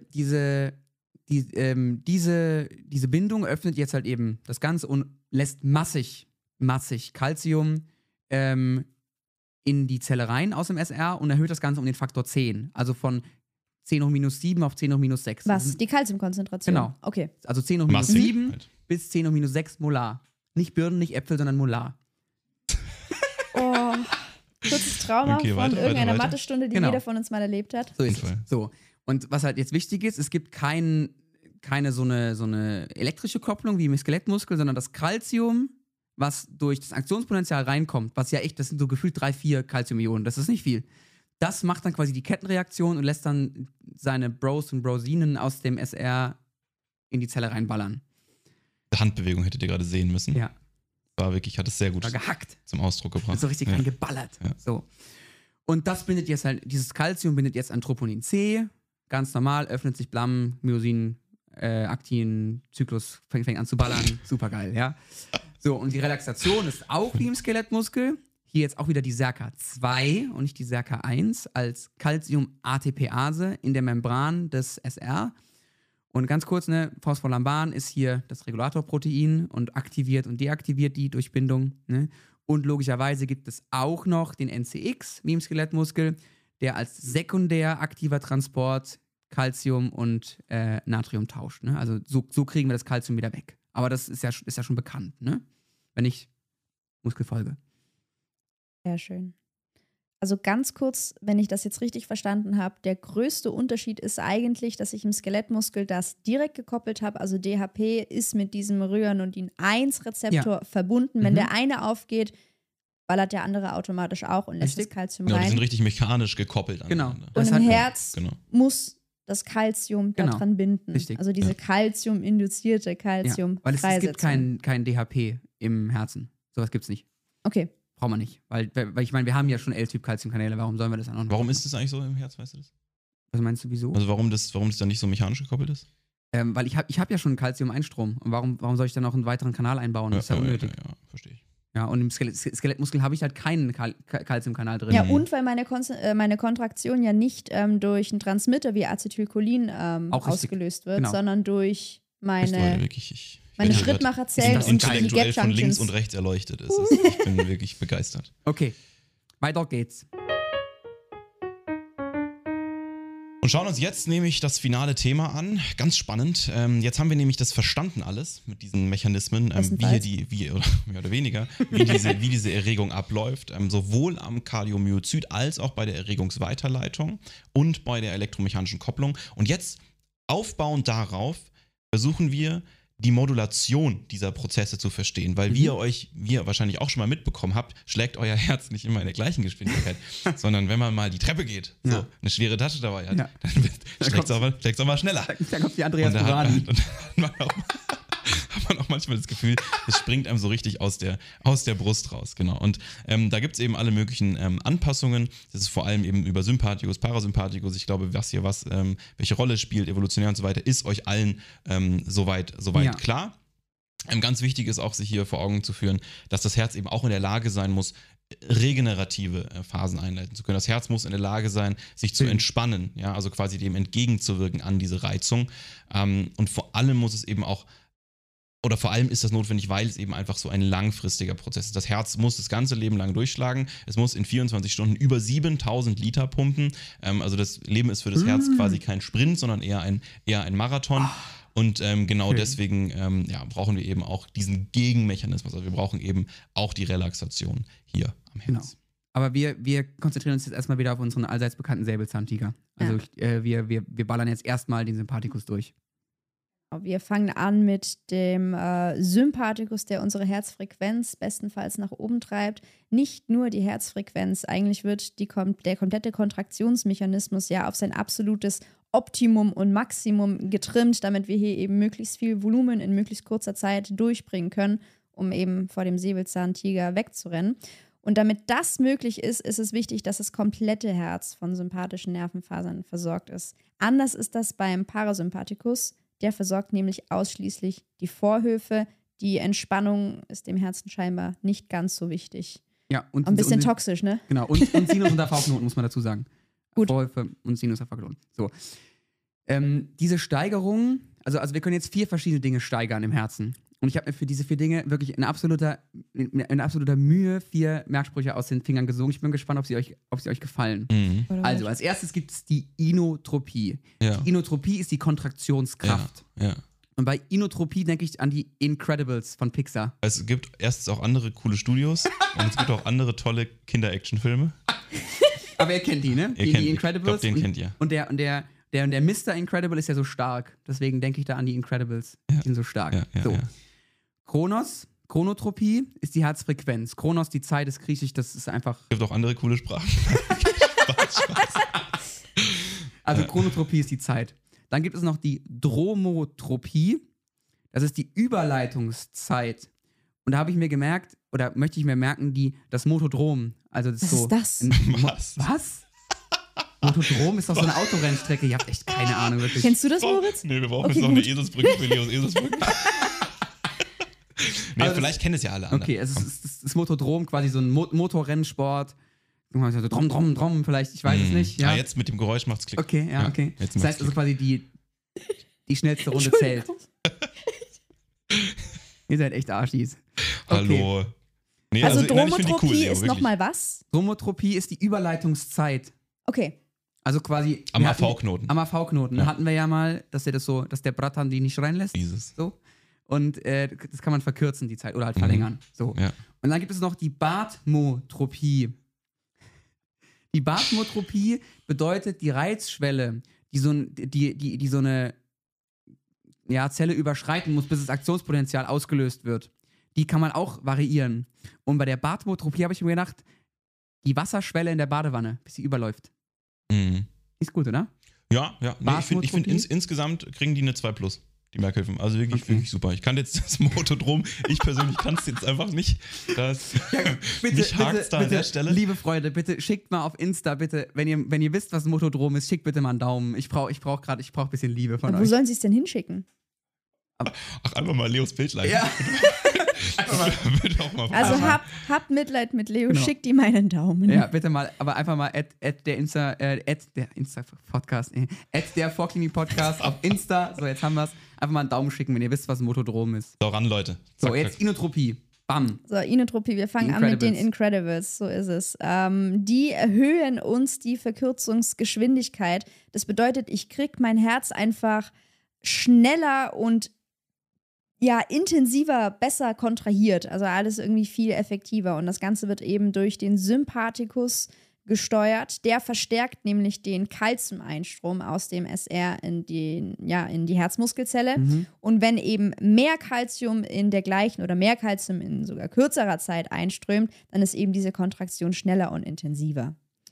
Bindung öffnet jetzt halt eben das Ganze und lässt massig Calcium in die Zelle rein aus dem SR und erhöht das Ganze um den Faktor 10. Also von 10 hoch minus 7 auf 10 hoch minus 6. Was? Die Calciumkonzentration? Genau. Okay. Also 10 hoch minus Massiv 7 halt. bis 10 hoch minus 6 Molar. Nicht Birnen, nicht Äpfel, sondern Molar. Oh, kurzes Trauma Okay, von weiter. irgendeiner Mathestunde, die Genau. jeder von uns mal erlebt hat. So ist Auf jeden es. So. Und was halt jetzt wichtig ist, es gibt keine so eine elektrische Kopplung wie im Skelettmuskel, sondern das Calcium, was durch das Aktionspotenzial reinkommt, was ja echt, das sind so gefühlt 3, 4 Calciumionen, das ist nicht viel. das macht dann quasi die Kettenreaktion und lässt dann seine Bros und Brosinen aus dem SR in die Zelle reinballern. Handbewegung hättet ihr gerade sehen müssen. Ja. War wirklich, hat es sehr gut War gehackt. zum Ausdruck gebracht. So richtig reingeballert. Ja. So. Und das bindet jetzt halt, dieses Calcium bindet jetzt an Troponin C. Ganz normal, öffnet sich Blam, Myosin, Aktin, Zyklus fängt an zu ballern. Super geil, ja. So, und die Relaxation ist auch wie im Skelettmuskel. Hier jetzt auch wieder die SERCA2 und nicht die SERCA1 als Calcium-ATPase in der Membran des SR. Und ganz kurz, ne, Phospholamban ist hier das Regulatorprotein und aktiviert und deaktiviert die Durchbindung. Ne? Und logischerweise gibt es auch noch den NCX wie im Skelettmuskel, der als sekundär aktiver Transport Calcium und Natrium tauscht. Ne? Also so kriegen wir das Calcium wieder weg. Aber das ist ja schon bekannt, ne? Wenn ich Muskelfolge. Sehr schön. Also ganz kurz, wenn ich das jetzt richtig verstanden habe, der größte Unterschied ist eigentlich, dass ich im Skelettmuskel das direkt gekoppelt habe. Also DHP ist mit diesem Ryanurin-1-Rezeptor verbunden. Wenn der eine aufgeht, ballert der andere automatisch auch und lässt das Calcium Genau, die rein. sind richtig mechanisch gekoppelt aneinander. Und im Herz muss das Calcium Genau. daran binden. Richtig. Also diese Calcium-induzierte Calcium. Weil es gibt kein DHP im Herzen. Sowas gibt's nicht. Okay. Braucht man nicht. Weil ich meine, wir haben ja schon L-Typ-Calciumkanäle. Warum sollen wir das dann auch noch? Warum ist das eigentlich so im Herz, weißt du das? Was meinst du, wieso? Also warum das dann nicht so mechanisch gekoppelt ist? Weil ich hab ja schon Calcium-Einstrom. Und warum soll ich dann noch einen weiteren Kanal einbauen? Das ist ja unnötig. Ja, verstehe ich. Ja, und im Skelettmuskel habe ich halt keinen Calciumkanal drin. Ja, und weil meine Kontraktion ja nicht durch einen Transmitter wie Acetylcholin ausgelöst wird, sondern durch meine Schrittmacherzellen und die intellektuell von links Gap-Junctions. und rechts erleuchtet ist. Ich bin wirklich begeistert. Okay, weiter geht's. Und schauen uns jetzt nämlich das finale Thema an. Ganz spannend. Jetzt haben wir nämlich das verstanden alles mit diesen Mechanismen, mehr oder weniger, wie diese Erregung abläuft. Sowohl am Kardiomyozyt als auch bei der Erregungsweiterleitung und bei der elektromechanischen Kopplung. Und jetzt aufbauend darauf versuchen wir, die Modulation dieser Prozesse zu verstehen, weil wie ihr wahrscheinlich auch schon mal mitbekommen habt, schlägt euer Herz nicht immer in der gleichen Geschwindigkeit, sondern wenn man mal die Treppe geht, so eine schwere Tasche dabei hat, dann schlägt es auch mal schneller. Da kommt die Andreas Und Burani. hat man auch manchmal das Gefühl, es springt einem so richtig aus der Brust raus, genau. Und da gibt es eben alle möglichen Anpassungen. Das ist vor allem eben über Sympathikus, Parasympathikus. Ich glaube, welche Rolle spielt, evolutionär und so weiter, ist euch allen soweit klar. Ganz wichtig ist auch, sich hier vor Augen zu führen, dass das Herz eben auch in der Lage sein muss, regenerative Phasen einleiten zu können. Das Herz muss in der Lage sein, sich zu entspannen, ja, also quasi dem entgegenzuwirken an diese Reizung. Und vor allem muss es eben auch, oder vor allem ist das notwendig, weil es eben einfach so ein langfristiger Prozess ist. Das Herz muss das ganze Leben lang durchschlagen. Es muss in 24 Stunden über 7000 Liter pumpen. Also das Leben ist für das Herz quasi kein Sprint, sondern eher ein Marathon. Und genau deswegen brauchen wir eben auch diesen Gegenmechanismus. Also wir brauchen eben auch die Relaxation hier am Herz. Genau. Aber wir konzentrieren uns jetzt erstmal wieder auf unseren allseits bekannten Säbelzahntiger. Also wir ballern jetzt erstmal den Sympathikus durch. Wir fangen an mit dem Sympathikus, der unsere Herzfrequenz bestenfalls nach oben treibt. Nicht nur die Herzfrequenz, eigentlich wird der komplette Kontraktionsmechanismus ja auf sein absolutes Optimum und Maximum getrimmt, damit wir hier eben möglichst viel Volumen in möglichst kurzer Zeit durchbringen können, um eben vor dem Säbelzahntiger wegzurennen. Und damit das möglich ist, ist es wichtig, dass das komplette Herz von sympathischen Nervenfasern versorgt ist. Anders ist das beim Parasympathikus. Der versorgt nämlich ausschließlich die Vorhöfe. Die Entspannung ist dem Herzen scheinbar nicht ganz so wichtig. Ja, und ein bisschen toxisch, ne? Genau, und Sinus- und AV-Knoten, muss man dazu sagen. Gut. Vorhöfe und Sinus-AV-Knoten. So. Diese Steigerung, also wir können jetzt 4 verschiedene Dinge steigern im Herzen. Und ich habe mir für diese 4 Dinge wirklich in absoluter Mühe 4 Merksprüche aus den Fingern gesogen. Ich bin gespannt, ob sie euch gefallen. Also, als erstes gibt es die Inotropie. Ja. Die Inotropie ist die Kontraktionskraft. Ja. Und bei Inotropie denke ich an die Incredibles von Pixar. Es gibt erstens auch andere coole Studios und es gibt auch andere tolle Kinder-Action-Filme. Aber ihr kennt die, ne? Die Incredibles. Ich glaube, den kennt ihr. Und der Mr. Incredible ist ja so stark. Deswegen denke ich da an die Incredibles. Die sind so stark. Ja. Chronotropie ist die Herzfrequenz. Chronos, die Zeit, ist griechisch, das ist einfach. Es gibt auch andere coole Sprachen. Also Chronotropie ist die Zeit. Dann gibt es noch die Dromotropie. Das ist die Überleitungszeit. Und da habe ich mir gemerkt, oder möchte ich mir merken, das Motodrom. Also das Was so ist das? Was? Motodrom ist doch so eine Autorennstrecke. Ihr habt echt keine Ahnung, wirklich. Kennst du das, Moritz? Nee, wir brauchen Okay, jetzt noch gut. eine Eselsbrücke für Leos Eselsbrücke. Nee, Also vielleicht kennen es ja alle anderen. Okay, es ist das Motodrom quasi so ein Motorrennsport. So Drom, Drom, Drom vielleicht, ich weiß es nicht. Ja, jetzt mit dem Geräusch macht's Klick. okay, ja, okay. Jetzt Das macht's heißt also Klick. quasi die schnellste Runde zählt. Ihr seid echt Arschis. Hallo. Nee, Also nein, ich find die Dromotropie Leo, ist wirklich. nochmal was? Dromotropie ist die Überleitungszeit. Okay. Also quasi. Am wir hatten- AV-Knoten. Am AV-Knoten. Ja. Hatten wir ja mal, dass der Bratan die nicht reinlässt. Dieses. So. Und das kann man verkürzen, die Zeit, oder halt verlängern. So. Ja. Und dann gibt es noch die Bathmotropie. Die Bathmotropie bedeutet die Reizschwelle, die so eine Zelle überschreiten muss, bis das Aktionspotenzial ausgelöst wird. Die kann man auch variieren. Und bei der Bathmotropie habe ich mir gedacht, die Wasserschwelle in der Badewanne, bis sie überläuft. Mhm. Ist gut, oder? Ja. Nee, ich finde Bathmotropie? insgesamt kriegen die eine 2+, die Merkhilfen. Also wirklich, Okay. wirklich super. Ich kann jetzt das Motodrom, ich persönlich kann es jetzt einfach nicht. Mich hakt's da an der Stelle. Liebe Freunde, bitte schickt mal auf Insta, bitte, wenn ihr wisst, was ein Motodrom ist, schickt bitte mal einen Daumen. Ich brauch ein bisschen Liebe von Und wo euch. sollen sie es denn hinschicken? Ach, einfach mal Leos Bild liken. Ja. Wird auch mal Also Aha. habt Mitleid mit Leo, Genau. schickt ihm einen Daumen. Ja, bitte mal, aber einfach mal der Insta-Podcast, der Vorklinik-Podcast auf Insta. So, jetzt haben wir's. Einfach mal einen Daumen schicken, wenn ihr wisst, was ein Motodrom ist. So, ran, Leute. So, Zack, jetzt zack. Inotropie. Bam. So, Inotropie, wir fangen an mit den Incredibles, so ist es. Die erhöhen uns die Verkürzungsgeschwindigkeit. Das bedeutet, ich krieg mein Herz einfach schneller und intensiver, besser kontrahiert. Also alles irgendwie viel effektiver. Und das Ganze wird eben durch den Sympathikus gesteuert. Der verstärkt nämlich den Calcium-Einstrom aus dem SR in die Herzmuskelzelle. Mhm. Und wenn eben mehr Calcium in der gleichen oder mehr Calcium in sogar kürzerer Zeit einströmt, dann ist eben diese Kontraktion schneller und intensiver.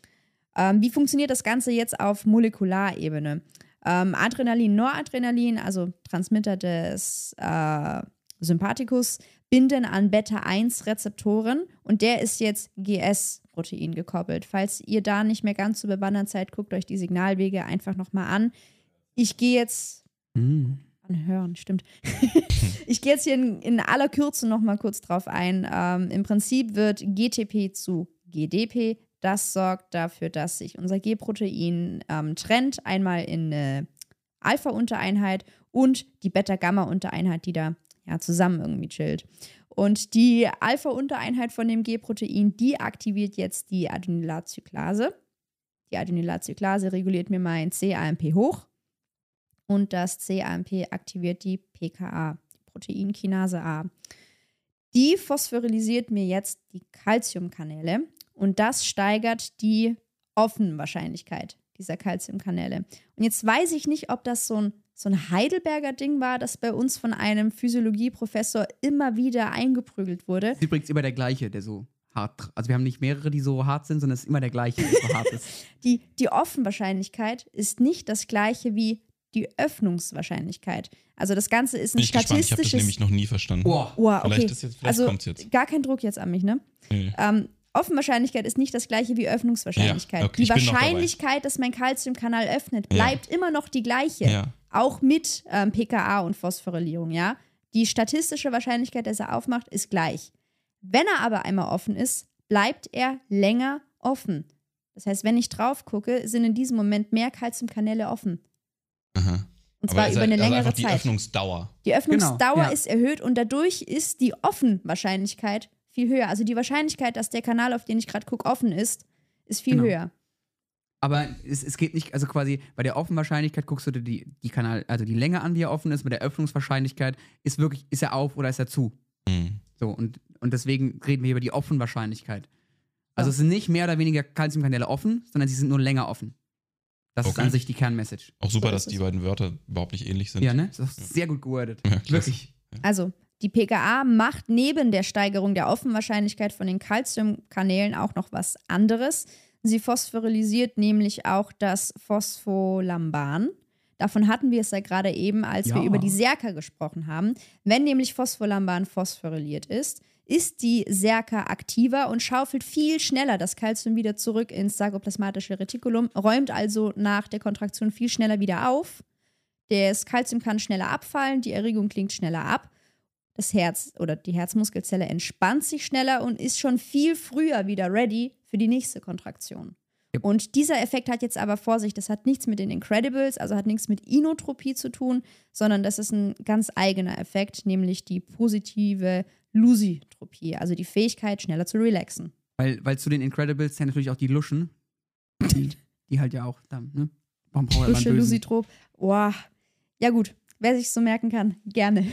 Wie funktioniert das Ganze jetzt auf Molekularebene? Adrenalin, Noradrenalin, also Transmitter des Sympathikus, binden an Beta-1-Rezeptoren und der ist jetzt GS-Protein gekoppelt. Falls ihr da nicht mehr ganz so bewandert seid, guckt euch die Signalwege einfach nochmal an. Ich gehe jetzt anhören, stimmt. Ich gehe jetzt hier in aller Kürze nochmal kurz drauf ein. Im Prinzip wird GTP zu GDP. Das sorgt dafür, dass sich unser G-Protein trennt, einmal in eine Alpha-Untereinheit und die Beta-Gamma-Untereinheit, die da zusammen irgendwie chillt. Und die Alpha-Untereinheit von dem G-Protein, die aktiviert jetzt die Adenylatcyclase. Die Adenylatcyclase reguliert mir mein cAMP hoch und das cAMP aktiviert die PKA, die Proteinkinase A. Die phosphorylisiert mir jetzt die Calciumkanäle. Und das steigert die Offenwahrscheinlichkeit dieser Calciumkanäle. Und jetzt weiß ich nicht, ob das so ein Heidelberger Ding war, das bei uns von einem Physiologieprofessor immer wieder eingeprügelt wurde. Ist übrigens immer der gleiche, der so hart. Also wir haben nicht mehrere, die so hart sind, sondern es ist immer der gleiche, der so hart ist. Die Offenwahrscheinlichkeit ist nicht das gleiche wie die Öffnungswahrscheinlichkeit. Also das Ganze ist ein Bin ich gespannt, ich habe das statistisches... nämlich noch nie verstanden. Boah. okay. Vielleicht Also kommt's jetzt. gar kein Druck jetzt an mich, ne? Nee. Offenwahrscheinlichkeit ist nicht das gleiche wie Öffnungswahrscheinlichkeit. Ja, okay, die ich bin noch Wahrscheinlichkeit, dass mein Calciumkanal öffnet, Ja. bleibt immer noch die gleiche. Ja. Auch mit PKA und Phosphorylierung, ja. Die statistische Wahrscheinlichkeit, dass er aufmacht, ist gleich. Wenn er aber einmal offen ist, bleibt er länger offen. Das heißt, wenn ich drauf gucke, sind in diesem Moment mehr Calciumkanäle offen. Aha. Und zwar über eine längere einfach die Zeit. Öffnungsdauer. Die Öffnungsdauer Genau, ja. ist erhöht und dadurch ist die Offenwahrscheinlichkeit viel höher. Also die Wahrscheinlichkeit, dass der Kanal, auf den ich gerade gucke, offen ist viel Genau. höher. Aber es geht nicht, also quasi bei der Offenwahrscheinlichkeit guckst du dir die Kanal, also die Länge an, wie er offen ist. Mit der Öffnungswahrscheinlichkeit ist er auf oder ist er zu? Mhm. So, und deswegen reden wir über die Offenwahrscheinlichkeit. Also Ja. es sind nicht mehr oder weniger Calciumkanäle offen, sondern sie sind nur länger offen. Das ist Okay. an sich die Kernmessage. Auch super, So dass ist die es. beiden Wörter überhaupt nicht ähnlich sind. Ja, ne? Das ist sehr gut gewordet. Ja, klasse. Wirklich. Also die PKA macht neben der Steigerung der Offenwahrscheinlichkeit von den Calciumkanälen auch noch was anderes. Sie phosphorylisiert nämlich auch das Phospholamban. Davon hatten wir es ja gerade eben, als wir über die Serka gesprochen haben. Wenn nämlich Phospholamban phosphoryliert ist, ist die Serka aktiver und schaufelt viel schneller das Calcium wieder zurück ins sarkoplasmatische Retikulum, räumt also nach der Kontraktion viel schneller wieder auf. Das Calcium kann schneller abfallen, die Erregung klingt schneller ab. Das Herz oder die Herzmuskelzelle entspannt sich schneller und ist schon viel früher wieder ready für die nächste Kontraktion. Und dieser Effekt hat jetzt aber Vorsicht, das hat nichts mit den Incredibles, also hat nichts mit Inotropie zu tun, sondern das ist ein ganz eigener Effekt, nämlich die positive Lusitropie, also die Fähigkeit, schneller zu relaxen. Weil zu den Incredibles zählen natürlich auch die Luschen, die halt ja auch dann, ne? Lusche, Lusitrop. Boah. Ja gut, wer sich so merken kann, gerne.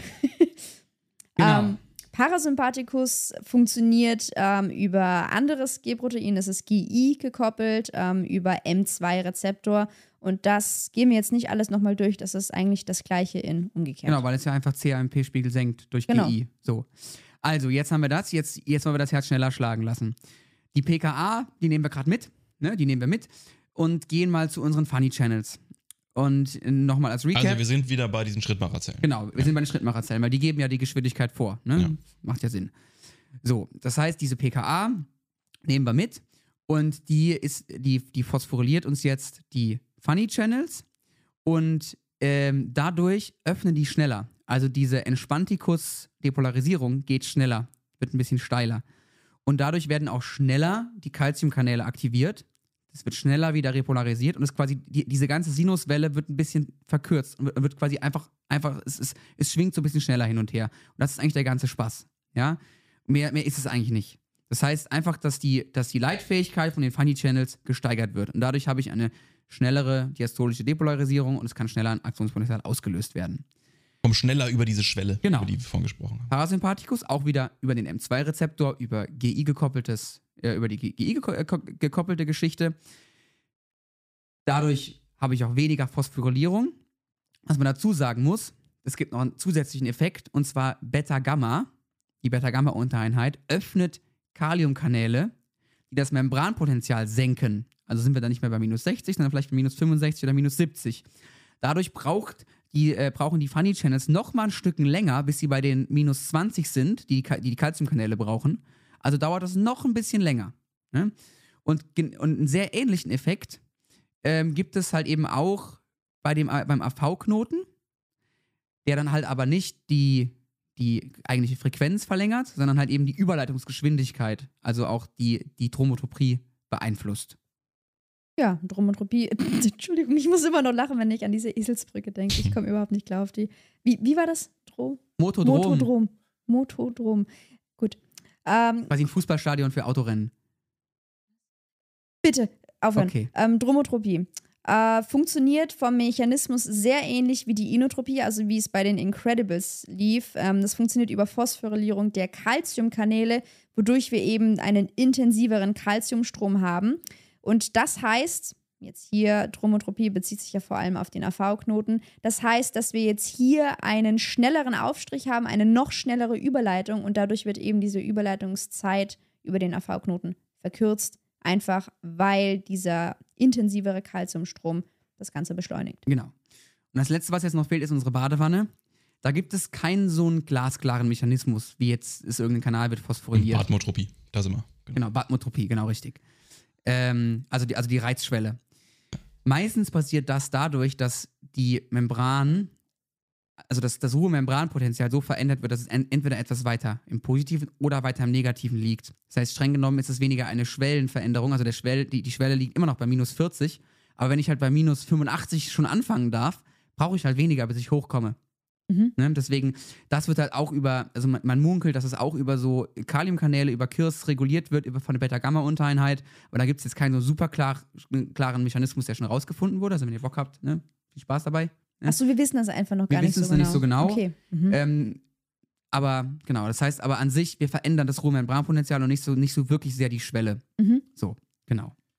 Genau. Parasympathikus funktioniert über anderes G-Protein, das ist GI gekoppelt, über M2-Rezeptor. Und das gehen wir jetzt nicht alles nochmal durch, das ist eigentlich das Gleiche in umgekehrt. Genau, weil es ja einfach CAMP-Spiegel senkt durch GI. So. Also, jetzt haben wir das, jetzt wollen wir das Herz schneller schlagen lassen. Die PKA, die nehmen wir gerade mit, ne? Die nehmen wir mit und gehen mal zu unseren Funny Channels. Und nochmal als Recap. Also wir sind wieder bei diesen Schrittmacherzellen. Genau, wir sind bei den Schrittmacherzellen, weil die geben ja die Geschwindigkeit vor. Ne? Ja. Macht ja Sinn. So, das heißt, diese PKA nehmen wir mit und die phosphoryliert uns jetzt die Funny Channels und dadurch öffnen die schneller. Also diese Entspanntikus-Depolarisierung geht schneller, wird ein bisschen steiler. Und dadurch werden auch schneller die Calciumkanäle aktiviert. Es wird schneller wieder repolarisiert und es quasi, diese ganze Sinuswelle wird ein bisschen verkürzt und wird quasi einfach es schwingt so ein bisschen schneller hin und her. Und das ist eigentlich der ganze Spaß. Ja? Mehr ist es eigentlich nicht. Das heißt einfach, dass die Leitfähigkeit von den Funny Channels gesteigert wird. Und dadurch habe ich eine schnellere diastolische Depolarisierung und es kann schneller ein Aktionspotenzial ausgelöst werden. Kommen schneller über diese Schwelle, Genau. über die wir vorhin gesprochen haben. Parasympathikus auch wieder über den M2-Rezeptor, über GI über die GI gekoppelte Geschichte. Dadurch habe ich auch weniger Phosphorylierung. Was man dazu sagen muss, es gibt noch einen zusätzlichen Effekt, und zwar Beta-Gamma. Die Beta-Gamma-Untereinheit öffnet Kaliumkanäle, die das Membranpotenzial senken. Also sind wir dann nicht mehr bei minus 60, sondern vielleicht bei minus 65 oder minus 70. Dadurch brauchen die Funny Channels noch mal ein Stückchen länger, bis sie bei den minus 20 sind, die Calciumkanäle brauchen. Also dauert das noch ein bisschen länger. Ne? Und einen sehr ähnlichen Effekt gibt es halt eben auch beim AV-Knoten, der dann halt aber nicht die eigentliche Frequenz verlängert, sondern halt eben die Überleitungsgeschwindigkeit, also auch die Dromotoprie beeinflusst. Ja, Dromotropie. Entschuldigung, ich muss immer noch lachen, wenn ich an diese Eselsbrücke denke. Ich komme überhaupt nicht klar auf die. Wie war das? Motodrom. Gut. Quasi ein Fußballstadion für Autorennen. Bitte, aufhören. Okay. Dromotropie. Funktioniert vom Mechanismus sehr ähnlich wie die Inotropie, also wie es bei den Incredibles lief. Das funktioniert über Phosphorylierung der Calciumkanäle, wodurch wir eben einen intensiveren Calciumstrom haben. Und das heißt, jetzt hier, Dromotropie bezieht sich ja vor allem auf den AV-Knoten, das heißt, dass wir jetzt hier einen schnelleren Aufstrich haben, eine noch schnellere Überleitung und dadurch wird eben diese Überleitungszeit über den AV-Knoten verkürzt, einfach weil dieser intensivere Calciumstrom das Ganze beschleunigt. Genau. Und das Letzte, was jetzt noch fehlt, ist unsere Badewanne. Da gibt es keinen so einen glasklaren Mechanismus, wie jetzt ist irgendein Kanal wird phosphoryliert. Batmotropie, da sind wir. Genau, Batmotropie, genau richtig. Also die Reizschwelle. Meistens passiert das dadurch, dass die Membran, also das Ruhemembranpotenzial so verändert wird, dass es entweder etwas weiter im Positiven oder weiter im Negativen liegt. Das heißt, streng genommen ist es weniger eine Schwellenveränderung, also die Schwelle liegt immer noch bei minus 40, aber wenn ich halt bei minus 85 schon anfangen darf, brauche ich halt weniger, bis ich hochkomme. Ne? Deswegen, das wird halt auch also man munkelt, dass es auch über so Kaliumkanäle, über KIRS reguliert wird, von der Beta-Gamma-Untereinheit. Aber da gibt es jetzt keinen so super klaren Mechanismus, der schon rausgefunden wurde. Also wenn ihr Bock habt, ne? Viel Spaß dabei. Ne? Achso, wir wissen das einfach noch gar nicht so genau. Wir wissen es noch nicht so genau. Okay. Aber genau, das heißt aber an sich, wir verändern das Ruhemembranpotenzial und nicht so wirklich sehr die Schwelle. So, genau.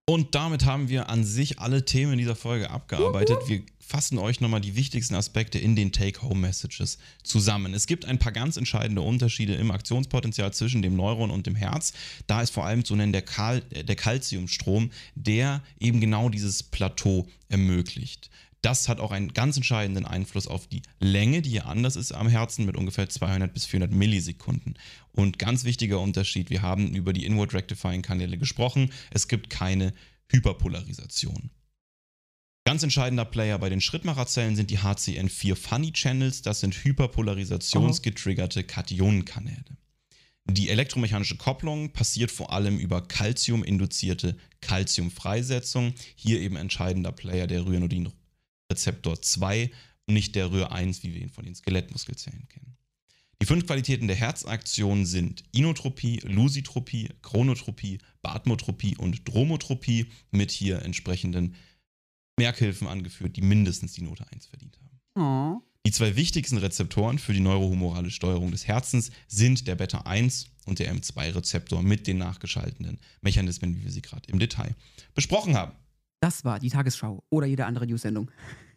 Und damit haben wir an sich alle Themen in dieser Folge abgearbeitet. Wir fassen euch nochmal die wichtigsten Aspekte in den Take-Home-Messages zusammen. Es gibt ein paar ganz entscheidende Unterschiede im Aktionspotenzial zwischen dem Neuron und dem Herz. Da ist vor allem zu nennen der Calciumstrom, der eben genau dieses Plateau ermöglicht. Das hat auch einen ganz entscheidenden Einfluss auf die Länge, die hier anders ist am Herzen mit ungefähr 200 bis 400 Millisekunden. Und ganz wichtiger Unterschied, wir haben über die Inward Rectifying Kanäle gesprochen, es gibt keine Hyperpolarisation. Ganz entscheidender Player bei den Schrittmacherzellen sind die HCN4 Funny Channels, das sind hyperpolarisationsgetriggerte Kationenkanäle. Die elektromechanische Kopplung passiert vor allem über Calcium-induzierte Calciumfreisetzung, hier eben entscheidender Player der Ryanodin-Rezeptor 2 und nicht der Rhyr1, wie wir ihn von den Skelettmuskelzellen kennen. Die 5 Qualitäten der Herzaktion sind Inotropie, Lusitropie, Chronotropie, Bathmotropie und Dromotropie mit hier entsprechenden Merkhilfen angeführt, die mindestens die Note 1 verdient haben. Oh. Die 2 wichtigsten Rezeptoren für die neurohumorale Steuerung des Herzens sind der Beta-1 und der M2-Rezeptor mit den nachgeschalteten Mechanismen, wie wir sie gerade im Detail besprochen haben. Das war die Tagesschau oder jede andere News-Sendung.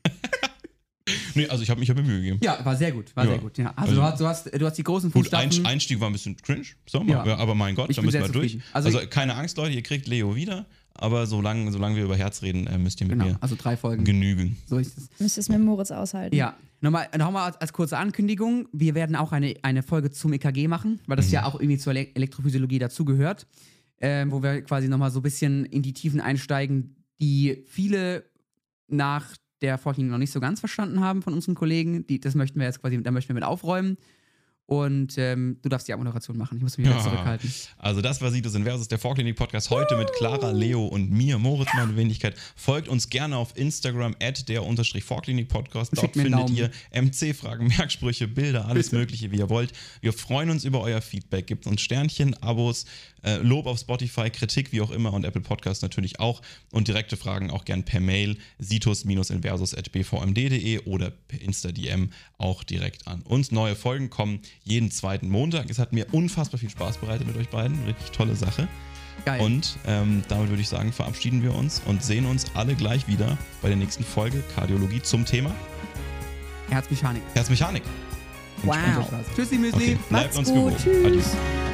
Nee, also ich habe mich ja Mühe gegeben. Ja, war sehr gut. Ja. Also du hast die großen Gut, Fußstapfen. Einstieg war ein bisschen cringe, so, Ja. aber mein Gott, Ich da bin müssen sehr wir durch. zufrieden. Also Also keine Angst, Leute, ihr kriegt Leo wieder, aber solange wir über Herz reden, müsst ihr mit Genau, mir also 3 Folgen. genügen. So ist es. Müsst ihr es mit Moritz aushalten. Ja, nochmal als kurze Ankündigung. Wir werden auch eine Folge zum EKG machen, weil das ja auch irgendwie zur Elektrophysiologie dazugehört, wo wir quasi nochmal so ein bisschen in die Tiefen einsteigen, die viele nach der Vorklinik noch nicht so ganz verstanden haben von unseren Kollegen. Da möchten wir mit aufräumen. Und du darfst die Abmoderation machen. Ich muss mich wieder zurückhalten. Also das war Situs Inversus, der Vorklinik-Podcast heute mit Clara, Leo und mir, Moritz, meine Wenigkeit. Folgt uns gerne auf Instagram @der_Vorklinik-Podcast. Dort Schickt mir einen findet Daumen. ihr MC-Fragen, Merksprüche, Bilder, alles Mögliche, wie ihr wollt. Wir freuen uns über euer Feedback. Gebt uns Sternchen, Abos, Lob auf Spotify, Kritik, wie auch immer und Apple Podcasts natürlich auch. Und direkte Fragen auch gern per Mail situs-inversus@bvmd.de oder per Insta-DM auch direkt an uns. Neue Folgen kommen jeden 2. Montag. Es hat mir unfassbar viel Spaß bereitet mit euch beiden. Richtig tolle Sache. Geil. Und damit würde ich sagen, verabschieden wir uns und sehen uns alle gleich wieder bei der nächsten Folge Kardiologie zum Thema Herzmechanik. Herzmechanik. Wow. Tschüssi, Müsli. Okay, bleibt Macht's uns gut. gewogen. Tschüss. Adios.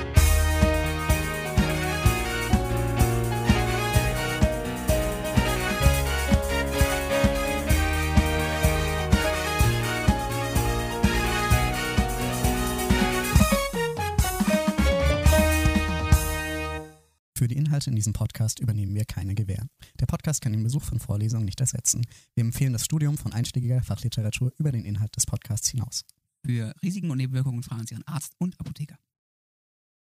Für die Inhalte in diesem Podcast übernehmen wir keine Gewähr. Der Podcast kann den Besuch von Vorlesungen nicht ersetzen. Wir empfehlen das Studium von einschlägiger Fachliteratur über den Inhalt des Podcasts hinaus. Für Risiken und Nebenwirkungen fragen Sie Ihren Arzt und Apotheker.